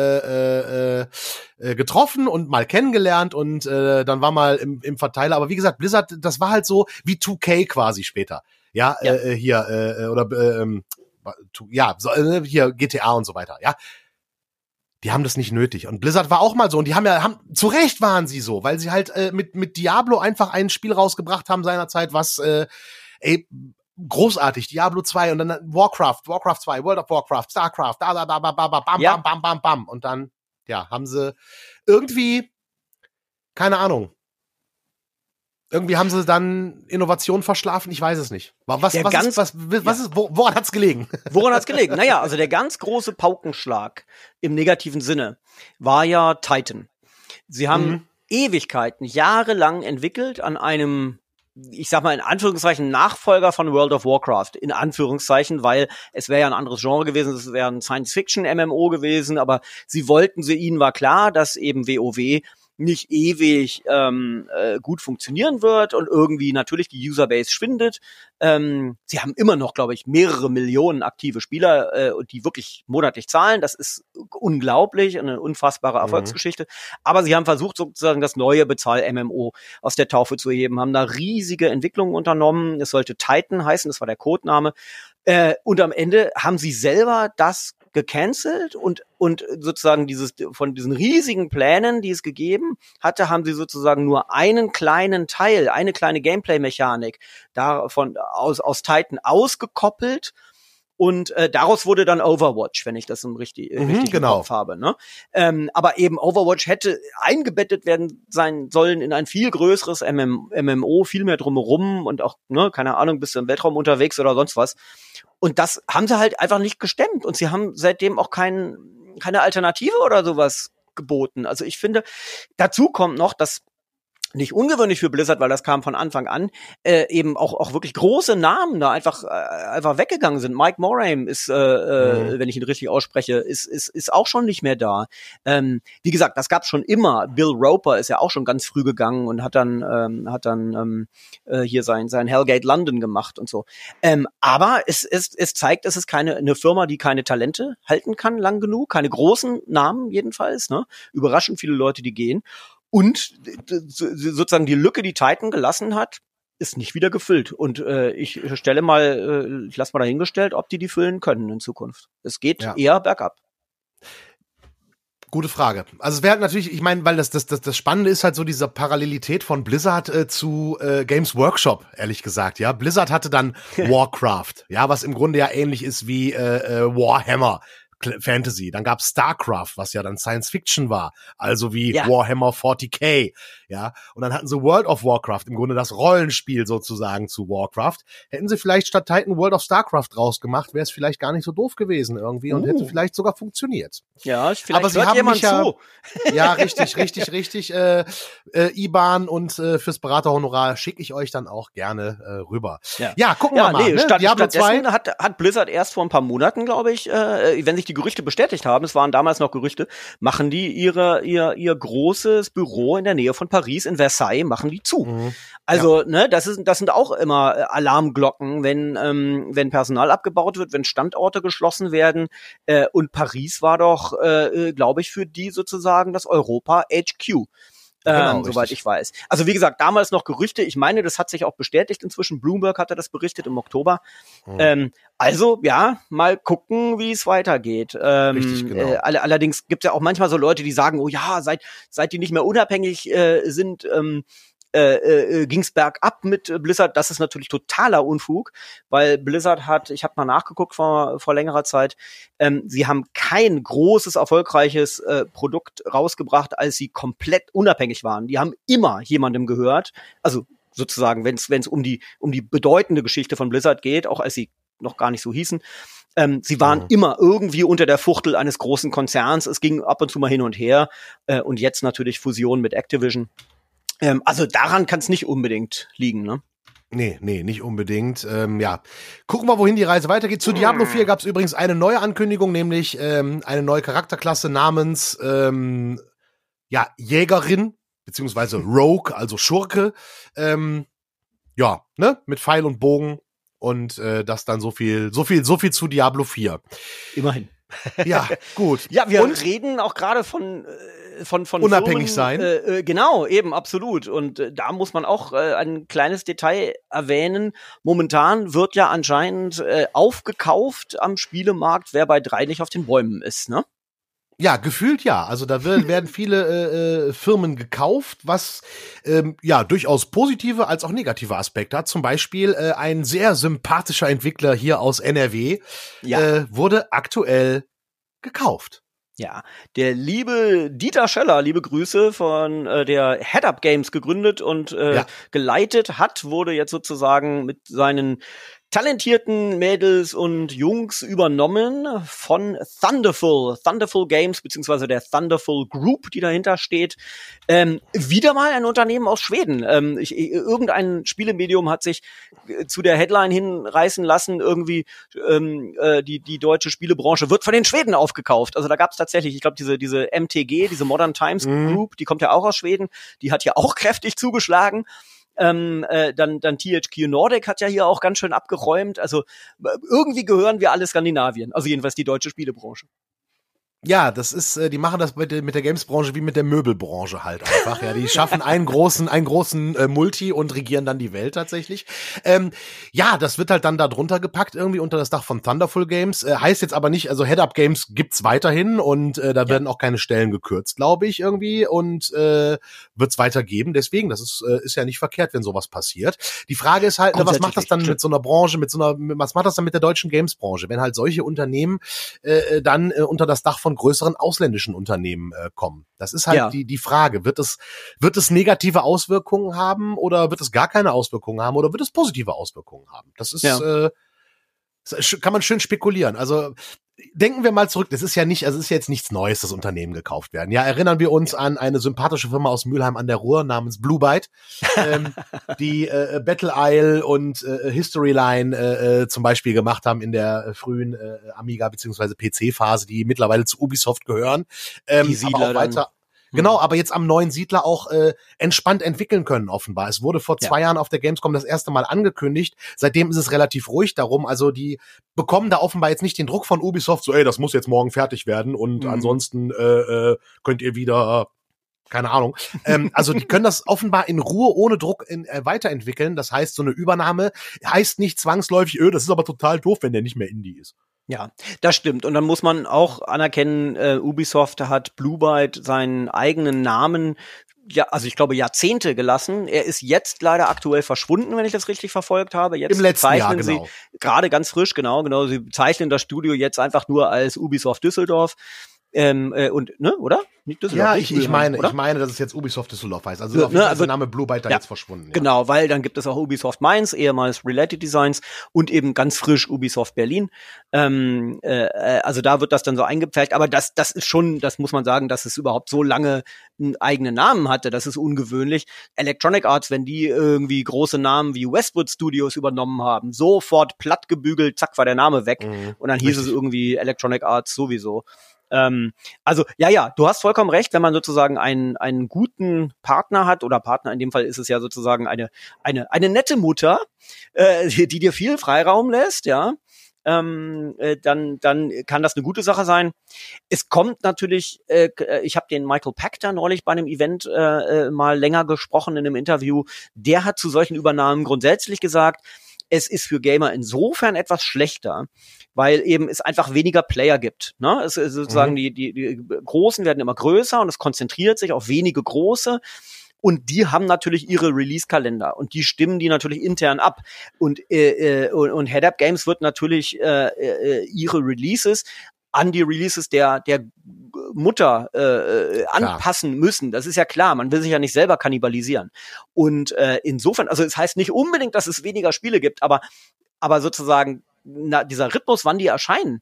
getroffen und mal kennengelernt und dann war mal im Verteiler, aber wie gesagt, Blizzard, das war halt so wie 2K quasi später. Hier GTA und so weiter, ja. Die haben das nicht nötig. Und Blizzard war auch mal so. Und die haben zu Recht waren sie so, weil sie halt mit Diablo einfach ein Spiel rausgebracht haben seinerzeit, was großartig, Diablo 2 und dann Warcraft 2, World of Warcraft, Starcraft, bam. Und dann, ja, haben sie irgendwie, keine Ahnung, irgendwie haben sie dann Innovation verschlafen, ich weiß es nicht. Woran hat's gelegen? Woran hat's gelegen? Naja, also der ganz große Paukenschlag im negativen Sinne war ja Titan. Sie haben Ewigkeiten, jahrelang entwickelt an einem, ich sag mal in Anführungszeichen, Nachfolger von World of Warcraft. In Anführungszeichen, weil es wäre ja ein anderes Genre gewesen, es wäre ein Science-Fiction-MMO gewesen, aber ihnen war klar, dass eben WoW nicht ewig gut funktionieren wird und irgendwie natürlich die Userbase schwindet. Sie haben immer noch, glaube ich, mehrere Millionen aktive Spieler, die wirklich monatlich zahlen. Das ist unglaublich, eine unfassbare Erfolgsgeschichte. Aber sie haben versucht, sozusagen das neue Bezahl-MMO aus der Taufe zu heben, haben da riesige Entwicklungen unternommen. Es sollte Titan heißen, das war der Codename. Und am Ende haben sie selber das gecancelt und sozusagen von diesen riesigen Plänen, die es gegeben hatte, haben sie sozusagen nur einen kleinen Teil, eine kleine Gameplay-Mechanik davon aus Titan ausgekoppelt Und daraus wurde dann Overwatch, wenn ich das richtig im Kopf habe. Ne? Aber eben Overwatch hätte eingebettet sein sollen in ein viel größeres MMO, viel mehr drumherum und auch, ne, keine Ahnung, bist du im Weltraum unterwegs oder sonst was. Und das haben sie halt einfach nicht gestemmt. Und sie haben seitdem auch keine Alternative oder sowas geboten. Also ich finde, dazu kommt noch, dass nicht ungewöhnlich für Blizzard, weil das kam von Anfang an, eben auch wirklich große Namen da einfach weggegangen sind. Mike Morhaime ist, wenn ich ihn richtig ausspreche, ist auch schon nicht mehr da. Wie gesagt, das gab's schon immer. Bill Roper ist ja auch schon ganz früh gegangen und hat dann hier sein Hellgate London gemacht und so. Aber es zeigt, es ist eine Firma, die keine Talente halten kann lang genug, keine großen Namen jedenfalls, ne? Überraschend viele Leute, die gehen. Und sozusagen die Lücke, die Titan gelassen hat, ist nicht wieder gefüllt. Und ich lasse mal dahingestellt, ob die füllen können in Zukunft. Es geht eher bergab. Gute Frage. Also es wäre halt natürlich, ich meine, weil das Spannende ist halt so diese Parallelität von Blizzard zu Games Workshop, ehrlich gesagt. Ja, Blizzard hatte dann Warcraft, ja, was im Grunde ja ähnlich ist wie Warhammer. Fantasy. Dann gab's StarCraft, was ja dann Science Fiction war, also wie Warhammer 40k, ja. Und dann hatten sie World of Warcraft, im Grunde das Rollenspiel sozusagen zu Warcraft. Hätten sie vielleicht statt Titan World of StarCraft draus gemacht, wäre es vielleicht gar nicht so doof gewesen irgendwie und hätte vielleicht sogar funktioniert. Ja, vielleicht aber sie hört haben jemand mich ja, zu. Ja, richtig. IBAN und fürs Beraterhonorar schicke ich euch dann auch gerne rüber. Ja, gucken wir mal. Nee, ne? Diablo 2 hat Blizzard erst vor ein paar Monaten, glaube ich, wenn sich die Gerüchte bestätigt haben, es waren damals noch Gerüchte, machen die ihr großes Büro in der Nähe von Paris in Versailles, machen die zu. Also, ne, das sind auch immer Alarmglocken, wenn Personal abgebaut wird, wenn Standorte geschlossen werden. Und Paris war doch, glaube ich, für die sozusagen das Europa HQ. Soweit ich weiß. Also wie gesagt, damals noch Gerüchte. Ich meine, das hat sich auch bestätigt inzwischen. Bloomberg hatte das berichtet im Oktober. Also ja, mal gucken, wie es weitergeht. Richtig, genau. Allerdings gibt es ja auch manchmal so Leute, die sagen, oh ja, seit die nicht mehr unabhängig sind, ging's bergab mit Blizzard. Das ist natürlich totaler Unfug, weil Blizzard hat, ich habe mal nachgeguckt vor längerer Zeit, sie haben kein großes, erfolgreiches Produkt rausgebracht, als sie komplett unabhängig waren. Die haben immer jemandem gehört, also sozusagen, wenn es um die bedeutende Geschichte von Blizzard geht, auch als sie noch gar nicht so hießen. Sie waren immer irgendwie unter der Fuchtel eines großen Konzerns. Es ging ab und zu mal hin und her. Und jetzt natürlich Fusion mit Activision. Also daran kann es nicht unbedingt liegen, ne? Nee, nicht unbedingt. Ja, gucken wir, wohin die Reise weitergeht. Zu Diablo 4 gab es übrigens eine neue Ankündigung, nämlich eine neue Charakterklasse namens Jägerin, beziehungsweise Rogue, also Schurke. Mit Pfeil und Bogen. Und das dann so viel zu Diablo 4. Immerhin. Ja, gut. Ja, wir reden auch gerade von unabhängig Firmen, sein. Genau, eben, absolut. Und da muss man auch ein kleines Detail erwähnen. Momentan wird ja anscheinend aufgekauft am Spielemarkt, wer bei 3 nicht auf den Bäumen ist, ne? Ja, gefühlt ja. Also da werden viele Firmen gekauft, was durchaus positive als auch negative Aspekte hat. Zum Beispiel ein sehr sympathischer Entwickler hier aus NRW wurde aktuell gekauft. Ja, der liebe Dieter Scheller, liebe Grüße, von der Head Up Games gegründet und geleitet hat, wurde jetzt sozusagen mit seinen talentierten Mädels und Jungs übernommen von Thunderful Games, beziehungsweise der Thunderful Group, die dahinter steht. Wieder mal ein Unternehmen aus Schweden. Irgendein Spielemedium hat sich zu der Headline hinreißen lassen, irgendwie die deutsche Spielebranche wird von den Schweden aufgekauft. Also da gab es tatsächlich, ich glaube, diese MTG, diese Modern Times Group, die kommt ja auch aus Schweden, die hat ja auch kräftig zugeschlagen. Dann THQ Nordic hat ja hier auch ganz schön abgeräumt. Also irgendwie gehören wir alle Skandinavien. Also jedenfalls die deutsche Spielebranche. Ja, das ist, die machen das mit der Games-Branche wie mit der Möbelbranche halt einfach. Ja, die schaffen einen großen Multi und regieren dann die Welt tatsächlich. Ja, das wird halt dann da drunter gepackt irgendwie unter das Dach von Thunderful Games. Heißt jetzt aber nicht, also Head-Up Games gibt's weiterhin und da werden auch keine Stellen gekürzt, glaube ich irgendwie und wird's weitergeben. Deswegen, das ist ja nicht verkehrt, wenn sowas passiert. Die Frage ist halt, was macht das dann mit so einer Branche, was macht das dann mit der deutschen Games-Branche, wenn halt solche Unternehmen dann unter das Dach von größeren ausländischen Unternehmen kommen. Das ist halt die Frage. Wird es negative Auswirkungen haben oder wird es gar keine Auswirkungen haben oder wird es positive Auswirkungen haben? Das ist, kann man schön spekulieren. Also denken wir mal zurück. Es ist ja jetzt nichts Neues, dass Unternehmen gekauft werden. Ja, erinnern wir uns an eine sympathische Firma aus Mülheim an der Ruhr namens Blue Byte, die Battle Isle und Historyline zum Beispiel gemacht haben in der frühen Amiga bzw. PC-Phase, die mittlerweile zu Ubisoft gehören. Die Siedler aber auch weiter. Genau, aber jetzt am neuen Siedler auch entspannt entwickeln können offenbar. Es wurde vor 2 Jahren auf der Gamescom das erste Mal angekündigt. Seitdem ist es relativ ruhig darum. Also die bekommen da offenbar jetzt nicht den Druck von Ubisoft, so das muss jetzt morgen fertig werden und ansonsten könnt ihr wieder keine Ahnung. Also die können das offenbar in Ruhe, ohne Druck weiterentwickeln. Das heißt, so eine Übernahme heißt nicht zwangsläufig, das ist aber total doof, wenn der nicht mehr Indie ist. Ja, das stimmt. Und dann muss man auch anerkennen, Ubisoft hat Blue Byte seinen eigenen Namen, ja, also ich glaube Jahrzehnte gelassen. Er ist jetzt leider aktuell verschwunden, wenn ich das richtig verfolgt habe. Jetzt im letzten Jahr, genau. Sie gerade ganz frisch, genau. Sie bezeichnen das Studio jetzt einfach nur als Ubisoft Düsseldorf. Und, ne, oder? Nicht Düsseldorf. Ja, ich meine, dass es jetzt Ubisoft Düsseldorf heißt. Also auf jeden Fall ist der Name Blue Byte da jetzt verschwunden. Ja. Genau, weil dann gibt es auch Ubisoft Mainz, ehemals Related Designs und eben ganz frisch Ubisoft Berlin. Also da wird das dann so eingepfercht. Aber das ist schon, das muss man sagen, dass es überhaupt so lange einen eigenen Namen hatte. Das ist ungewöhnlich. Electronic Arts, wenn die irgendwie große Namen wie Westwood Studios übernommen haben, sofort platt gebügelt, zack, war der Name weg. Und dann hieß es irgendwie Electronic Arts sowieso. Also, du hast vollkommen recht, wenn man sozusagen einen guten Partner hat, oder Partner, in dem Fall ist es ja sozusagen eine nette Mutter, die dir viel Freiraum lässt, ja, dann kann das eine gute Sache sein. Es kommt natürlich, ich habe den Michael Pachter neulich bei einem Event mal länger gesprochen in einem Interview, der hat zu solchen Übernahmen grundsätzlich gesagt, es ist für Gamer insofern etwas schlechter, weil eben es einfach weniger Player gibt. Ne? Es ist sozusagen die Großen werden immer größer und es konzentriert sich auf wenige Große. Und die haben natürlich ihre Release-Kalender und die stimmen die natürlich intern ab. Und Head-Up Games wird natürlich ihre Releases an die Releases der Mutter anpassen müssen. Das ist ja klar, man will sich ja nicht selber kannibalisieren. Und insofern, also es heißt nicht unbedingt, dass es weniger Spiele gibt, aber sozusagen dieser Rhythmus, wann die erscheinen,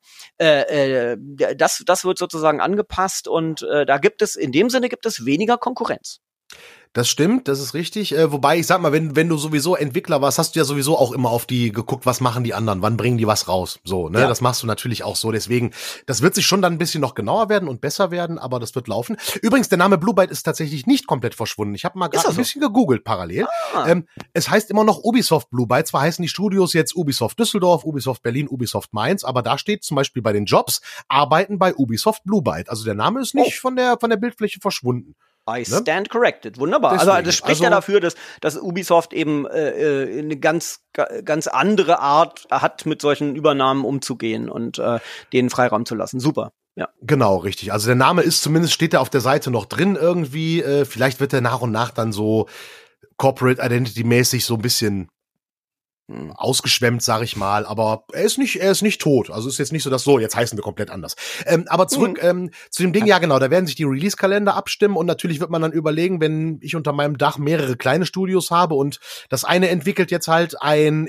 das wird sozusagen angepasst und in dem Sinne gibt es weniger Konkurrenz. Das stimmt, das ist richtig. Wobei, ich sag mal, wenn du sowieso Entwickler warst, hast du ja sowieso auch immer auf die geguckt, was machen die anderen, wann bringen die was raus. So, ne? Ja. Das machst du natürlich auch so. Deswegen, das wird sich schon dann ein bisschen noch genauer werden und besser werden, aber das wird laufen. Übrigens, der Name Blue Byte ist tatsächlich nicht komplett verschwunden. Ich habe mal gerade ein bisschen gegoogelt parallel. Es heißt immer noch Ubisoft Blue Byte. Zwar heißen die Studios jetzt Ubisoft Düsseldorf, Ubisoft Berlin, Ubisoft Mainz, aber da steht zum Beispiel bei den Jobs, arbeiten bei Ubisoft Blue Byte. Also der Name ist nicht von der Bildfläche verschwunden. I stand corrected. Wunderbar. Deswegen, also das spricht ja dafür, dass Ubisoft eben eine ganz andere Art hat, mit solchen Übernahmen umzugehen und denen Freiraum zu lassen. Super. Ja. Genau, richtig. Also der Name ist zumindest, steht er auf der Seite noch drin irgendwie. Vielleicht wird er nach und nach dann so Corporate Identity-mäßig so ein bisschen ausgeschwemmt, sag ich mal, aber er ist nicht tot. Also ist jetzt nicht so, dass jetzt heißen wir komplett anders. Aber zurück zu dem Ding, ja genau, da werden sich die Release-Kalender abstimmen und natürlich wird man dann überlegen, wenn ich unter meinem Dach mehrere kleine Studios habe und das eine entwickelt jetzt halt ein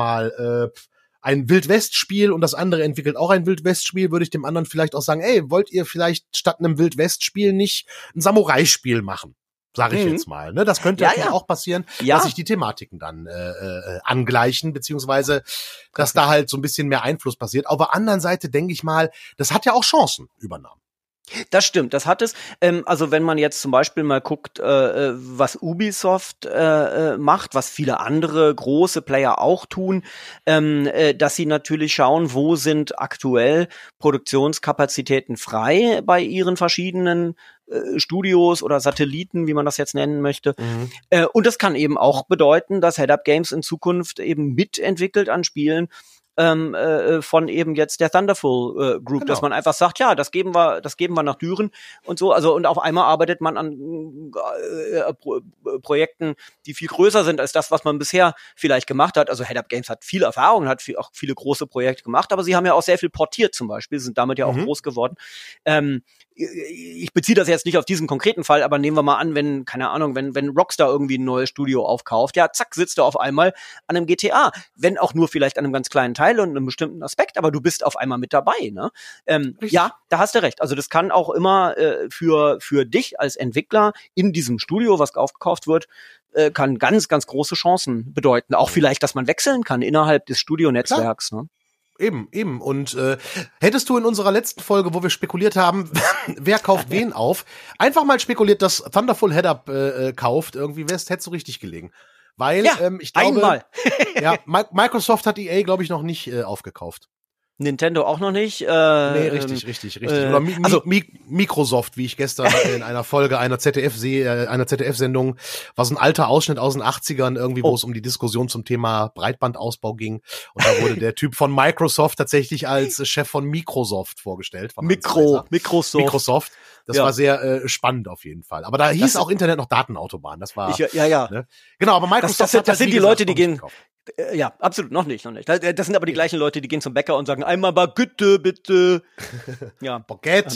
Wild-West-Spiel und das andere entwickelt auch ein Wild-West-Spiel, würde ich dem anderen vielleicht auch sagen, ey, wollt ihr vielleicht statt einem Wild-West-Spiel nicht ein Samurai-Spiel machen? Sage ich jetzt mal. Ne? Das könnte natürlich auch passieren, dass sich die Thematiken dann angleichen, beziehungsweise dass da halt so ein bisschen mehr Einfluss passiert. Auf der anderen Seite denke ich mal, das hat ja auch Chancen, Übernahmen. Das stimmt, das hat es. Also wenn man jetzt zum Beispiel mal guckt, was Ubisoft macht, was viele andere große Player auch tun, dass sie natürlich schauen, wo sind aktuell Produktionskapazitäten frei bei ihren verschiedenen Studios oder Satelliten, wie man das jetzt nennen möchte. Und das kann eben auch bedeuten, dass Head-Up Games in Zukunft eben mitentwickelt an Spielen, von eben jetzt der Thunderful Group, genau. Dass man einfach sagt, ja, das geben wir nach Düren und so, also und auf einmal arbeitet man an Projekten, die viel größer sind als das, was man bisher vielleicht gemacht hat. Also Head-Up Games hat viel Erfahrung, hat auch viele große Projekte gemacht, aber sie haben ja auch sehr viel portiert zum Beispiel, sind damit ja auch groß geworden. Ich beziehe das jetzt nicht auf diesen konkreten Fall, aber nehmen wir mal an, wenn, keine Ahnung, wenn Rockstar irgendwie ein neues Studio aufkauft, ja, zack, sitzt du auf einmal an einem GTA, wenn auch nur vielleicht an einem ganz kleinen Teil und einem bestimmten Aspekt, aber du bist auf einmal mit dabei, ne? Ja, da hast du recht. Also das kann auch immer für dich als Entwickler in diesem Studio, was aufgekauft wird, kann ganz, ganz große Chancen bedeuten. Auch vielleicht, dass man wechseln kann innerhalb des Studionetzwerks, ne? Eben. Und hättest du in unserer letzten Folge, wo wir spekuliert haben, wer kauft wen auf, einfach mal spekuliert, dass Thunderful Head-Up kauft, irgendwie hättest du richtig gelegen. Weil ich glaube, einmal. Ja, Microsoft hat EA, glaube ich, noch nicht aufgekauft. Nintendo auch noch nicht. Nee, richtig. Oder Microsoft, wie ich gestern in einer Folge einer ZDF-Sendung, war so ein alter Ausschnitt aus den 80ern irgendwie, wo es um die Diskussion zum Thema Breitbandausbau ging. Und da wurde der Typ von Microsoft tatsächlich als Chef von Microsoft vorgestellt. Von Microsoft. Das war sehr spannend auf jeden Fall. Aber da hieß auch Internet noch Datenautobahn. Das war, ne? Genau, aber Microsoft das sind die Leute, die gehen. Ja, absolut, noch nicht. Das sind aber die gleichen Leute, die gehen zum Bäcker und sagen, einmal Baguette, bitte. Ja. Baguette.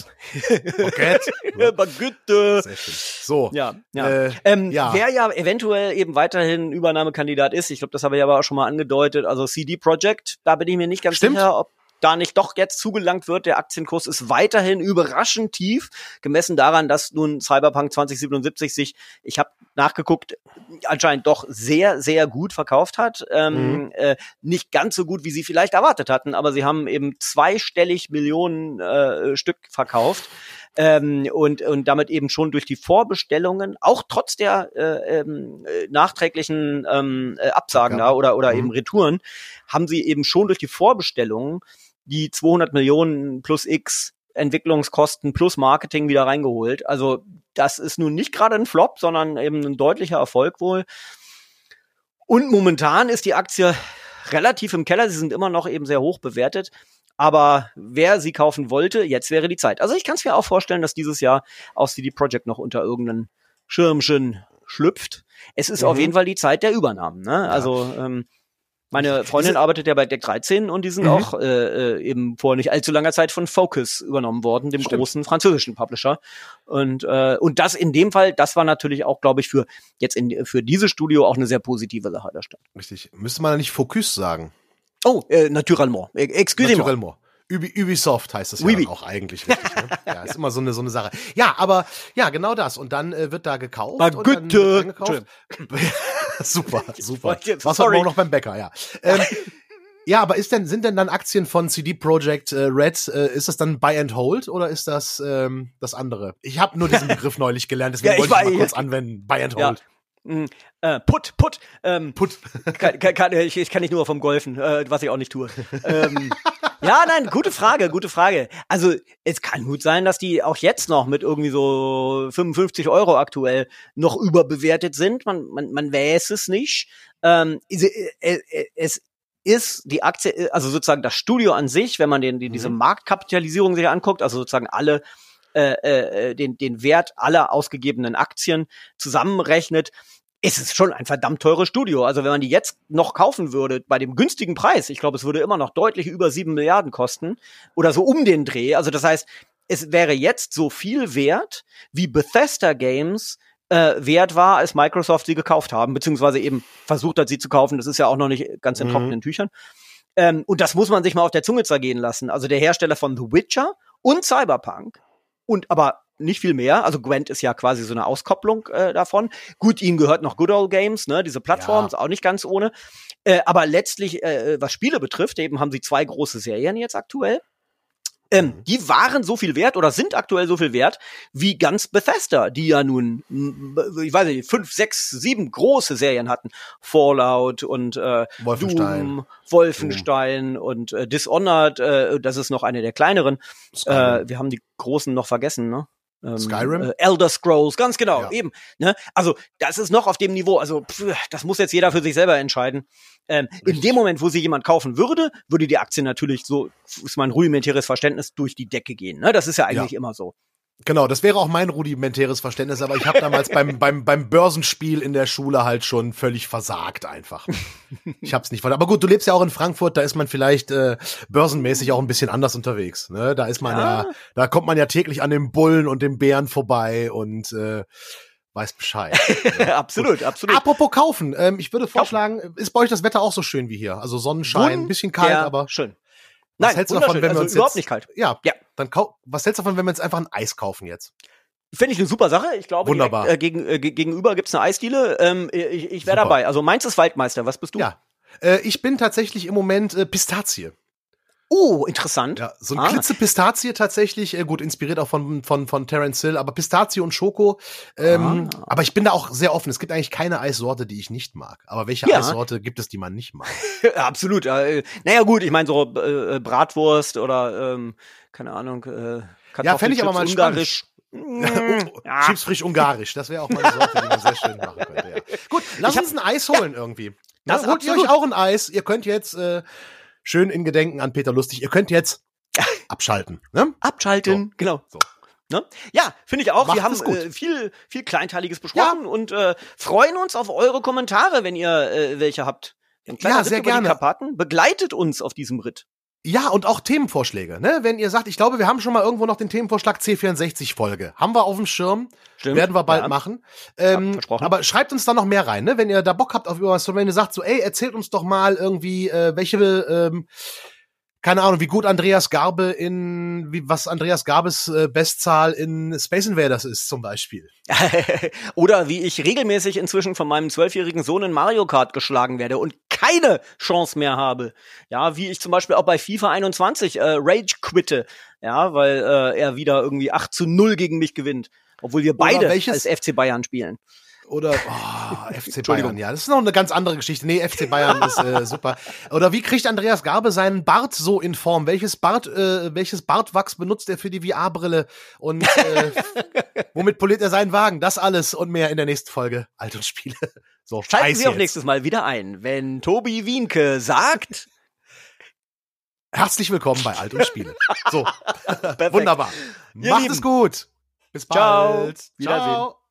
Baguette. Sehr schön. So. Ja. Wer ja eventuell eben weiterhin Übernahmekandidat ist, ich glaube, das habe ich aber auch schon mal angedeutet, also CD Projekt, da bin ich mir nicht ganz sicher, ob da nicht doch jetzt zugelangt wird. Der Aktienkurs ist weiterhin überraschend tief, gemessen daran, dass nun Cyberpunk 2077 sich, ich habe nachgeguckt, anscheinend doch sehr, sehr gut verkauft hat. Nicht ganz so gut, wie sie vielleicht erwartet hatten, aber sie haben eben zweistellig Millionen Stück verkauft. Und damit eben schon durch die Vorbestellungen, auch trotz der nachträglichen Absagen da oder eben Retouren, haben sie eben schon durch die Vorbestellungen die 200 Millionen plus X Entwicklungskosten plus Marketing wieder reingeholt. Also das ist nun nicht gerade ein Flop, sondern eben ein deutlicher Erfolg wohl. Und momentan ist die Aktie relativ im Keller. Sie sind immer noch eben sehr hoch bewertet. Aber wer sie kaufen wollte, jetzt wäre die Zeit. Also ich kann es mir auch vorstellen, dass dieses Jahr auch CD Projekt noch unter irgendeinem Schirmchen schlüpft. Es ist auf jeden Fall die Zeit der Übernahmen. Ne? Ja. Also meine Freundin arbeitet ja bei Deck 13 und die sind auch eben vor nicht allzu langer Zeit von Focus übernommen worden, dem großen französischen Publisher. Und das in dem Fall, das war natürlich auch, glaube ich, für dieses Studio auch eine sehr positive Sache der Stadt. Richtig. Müsste man nicht Focus sagen? Oh, naturellement. Excusez-moi. Ubisoft heißt das ja dann auch eigentlich richtig. Ne? Ja, ist immer so eine Sache. Ja, aber ja, genau das. Und dann wird da gekauft. Baguette. Super. Was hat man auch noch beim Bäcker, ja. Ja, aber sind denn dann Aktien von CD Projekt Red, ist das dann Buy and Hold oder ist das das andere? Ich habe nur diesen Begriff neulich gelernt, deswegen wollte ich mal kurz anwenden. Buy and Hold. Put. Ich kann nicht nur vom Golfen, was ich auch nicht tue. Ja, nein, gute Frage. Also es kann gut sein, dass die auch jetzt noch mit irgendwie so 55 € aktuell noch überbewertet sind. Man weiß es nicht. Es ist die Aktie, also sozusagen das Studio an sich, wenn man diese Marktkapitalisierung sich anguckt, also sozusagen alle den Wert aller ausgegebenen Aktien zusammenrechnet, ist es schon ein verdammt teures Studio. Also wenn man die jetzt noch kaufen würde, bei dem günstigen Preis, ich glaube, es würde immer noch deutlich über 7 Milliarden kosten oder so um den Dreh. Also das heißt, es wäre jetzt so viel wert, wie Bethesda Games wert war, als Microsoft sie gekauft haben, beziehungsweise eben versucht hat, sie zu kaufen. Das ist ja auch noch nicht ganz in trockenen Tüchern. Und das muss man sich mal auf der Zunge zergehen lassen. Also der Hersteller von The Witcher und Cyberpunk und aber nicht viel mehr. Also Gwent ist ja quasi so eine Auskopplung davon. Gut, ihnen gehört noch Good Old Games, ne? Diese Plattform ist auch nicht ganz ohne. Aber letztlich, was Spiele betrifft, eben haben sie 2 große Serien jetzt aktuell. Die waren so viel wert oder sind aktuell so viel wert wie ganz Bethesda, die ja nun, ich weiß nicht, 5, 6, 7 große Serien hatten. Fallout und Doom, Wolfenstein und Dishonored, das ist noch eine der kleineren. Wir haben die großen noch vergessen, ne? Skyrim? Elder Scrolls, ganz genau, ja. eben. Ne? Also das ist noch auf dem Niveau, also das muss jetzt jeder für sich selber entscheiden. In dem Moment, wo sie jemand kaufen würde die Aktie natürlich, so ist mein rudimentäres Verständnis, durch die Decke gehen. Ne? Das ist ja eigentlich immer so. Genau, das wäre auch mein rudimentäres Verständnis, aber ich habe damals beim Börsenspiel in der Schule halt schon völlig versagt einfach. Ich hab's nicht verstanden. Aber gut, du lebst ja auch in Frankfurt, da ist man vielleicht börsenmäßig auch ein bisschen anders unterwegs. Ne? Da ist man da kommt man ja täglich an dem Bullen und dem Bären vorbei und weiß Bescheid. Absolut. Apropos kaufen, ich würde vorschlagen, ist bei euch das Wetter auch so schön wie hier? Also Sonnenschein, ein bisschen kalt, aber schön. Was hältst du davon, wenn wir uns überhaupt jetzt, nicht kalt. Ja. Dann was hältst du davon, wenn wir uns einfach ein Eis kaufen jetzt? Finde ich eine super Sache. Ich glaube, wunderbar. Gegenüber gibt's eine Eisdiele. Ich wäre dabei. Also meins ist Waldmeister. Was bist du? Ja. Ich bin tatsächlich im Moment Pistazie. Oh, interessant. Ja, so ein Klitze Pistazie tatsächlich, gut, inspiriert auch von Terence Hill, aber Pistazie und Schoko. Aber ich bin da auch sehr offen. Es gibt eigentlich keine Eissorte, die ich nicht mag. Aber welche Eissorte gibt es, die man nicht mag? Absolut. Naja, gut, ich meine so Bratwurst oder, keine Ahnung, ja, fände ich aber mal ungarisch. Chips frisch ungarisch. Das wäre auch mal eine Sorte, die man sehr schön machen könnte. Ja. Gut, lass uns ein Eis holen irgendwie. Das holt ihr euch auch ein Eis. Ihr könnt jetzt schön in Gedenken an Peter Lustig. Ihr könnt jetzt abschalten. Ne? Abschalten, so. Genau. So. Ne? Ja, finde ich auch. Wir haben viel Kleinteiliges besprochen und freuen uns auf eure Kommentare, wenn ihr welche habt. Sehr gerne. Karpaten begleitet uns auf diesem Ritt. Ja, und auch Themenvorschläge, ne? Wenn ihr sagt, ich glaube, wir haben schon mal irgendwo noch den Themenvorschlag C64-Folge. Haben wir auf dem Schirm. Stimmt, werden wir bald machen. Versprochen. Aber schreibt uns da noch mehr rein, ne? Wenn ihr da Bock habt auf irgendwas, wenn ihr sagt so, ey, erzählt uns doch mal irgendwie, welche, keine Ahnung, wie gut was Andreas Garbes Bestzahl in Space Invaders ist zum Beispiel. Oder wie ich regelmäßig inzwischen von meinem 12-jährigen Sohn in Mario Kart geschlagen werde und keine Chance mehr habe. Ja, wie ich zum Beispiel auch bei FIFA 21 Rage quitte. Ja, weil er wieder irgendwie 8-0 gegen mich gewinnt. Obwohl wir beide als FC Bayern spielen. Oder FC Bayern, ja, das ist noch eine ganz andere Geschichte. Nee, FC Bayern ist super. Oder wie kriegt Andreas Garbe seinen Bart so in Form? Welches Bartwachs benutzt er für die VR-Brille? Und womit poliert er seinen Wagen? Das alles und mehr in der nächsten Folge Alt und Spiele. So, schalten Sie auch nächstes Mal wieder ein, wenn Tobi Wienke sagt: Herzlich willkommen bei Alt und Spiele. So, wunderbar. Macht es gut. Bis bald. Ciao. Wiedersehen. Ciao.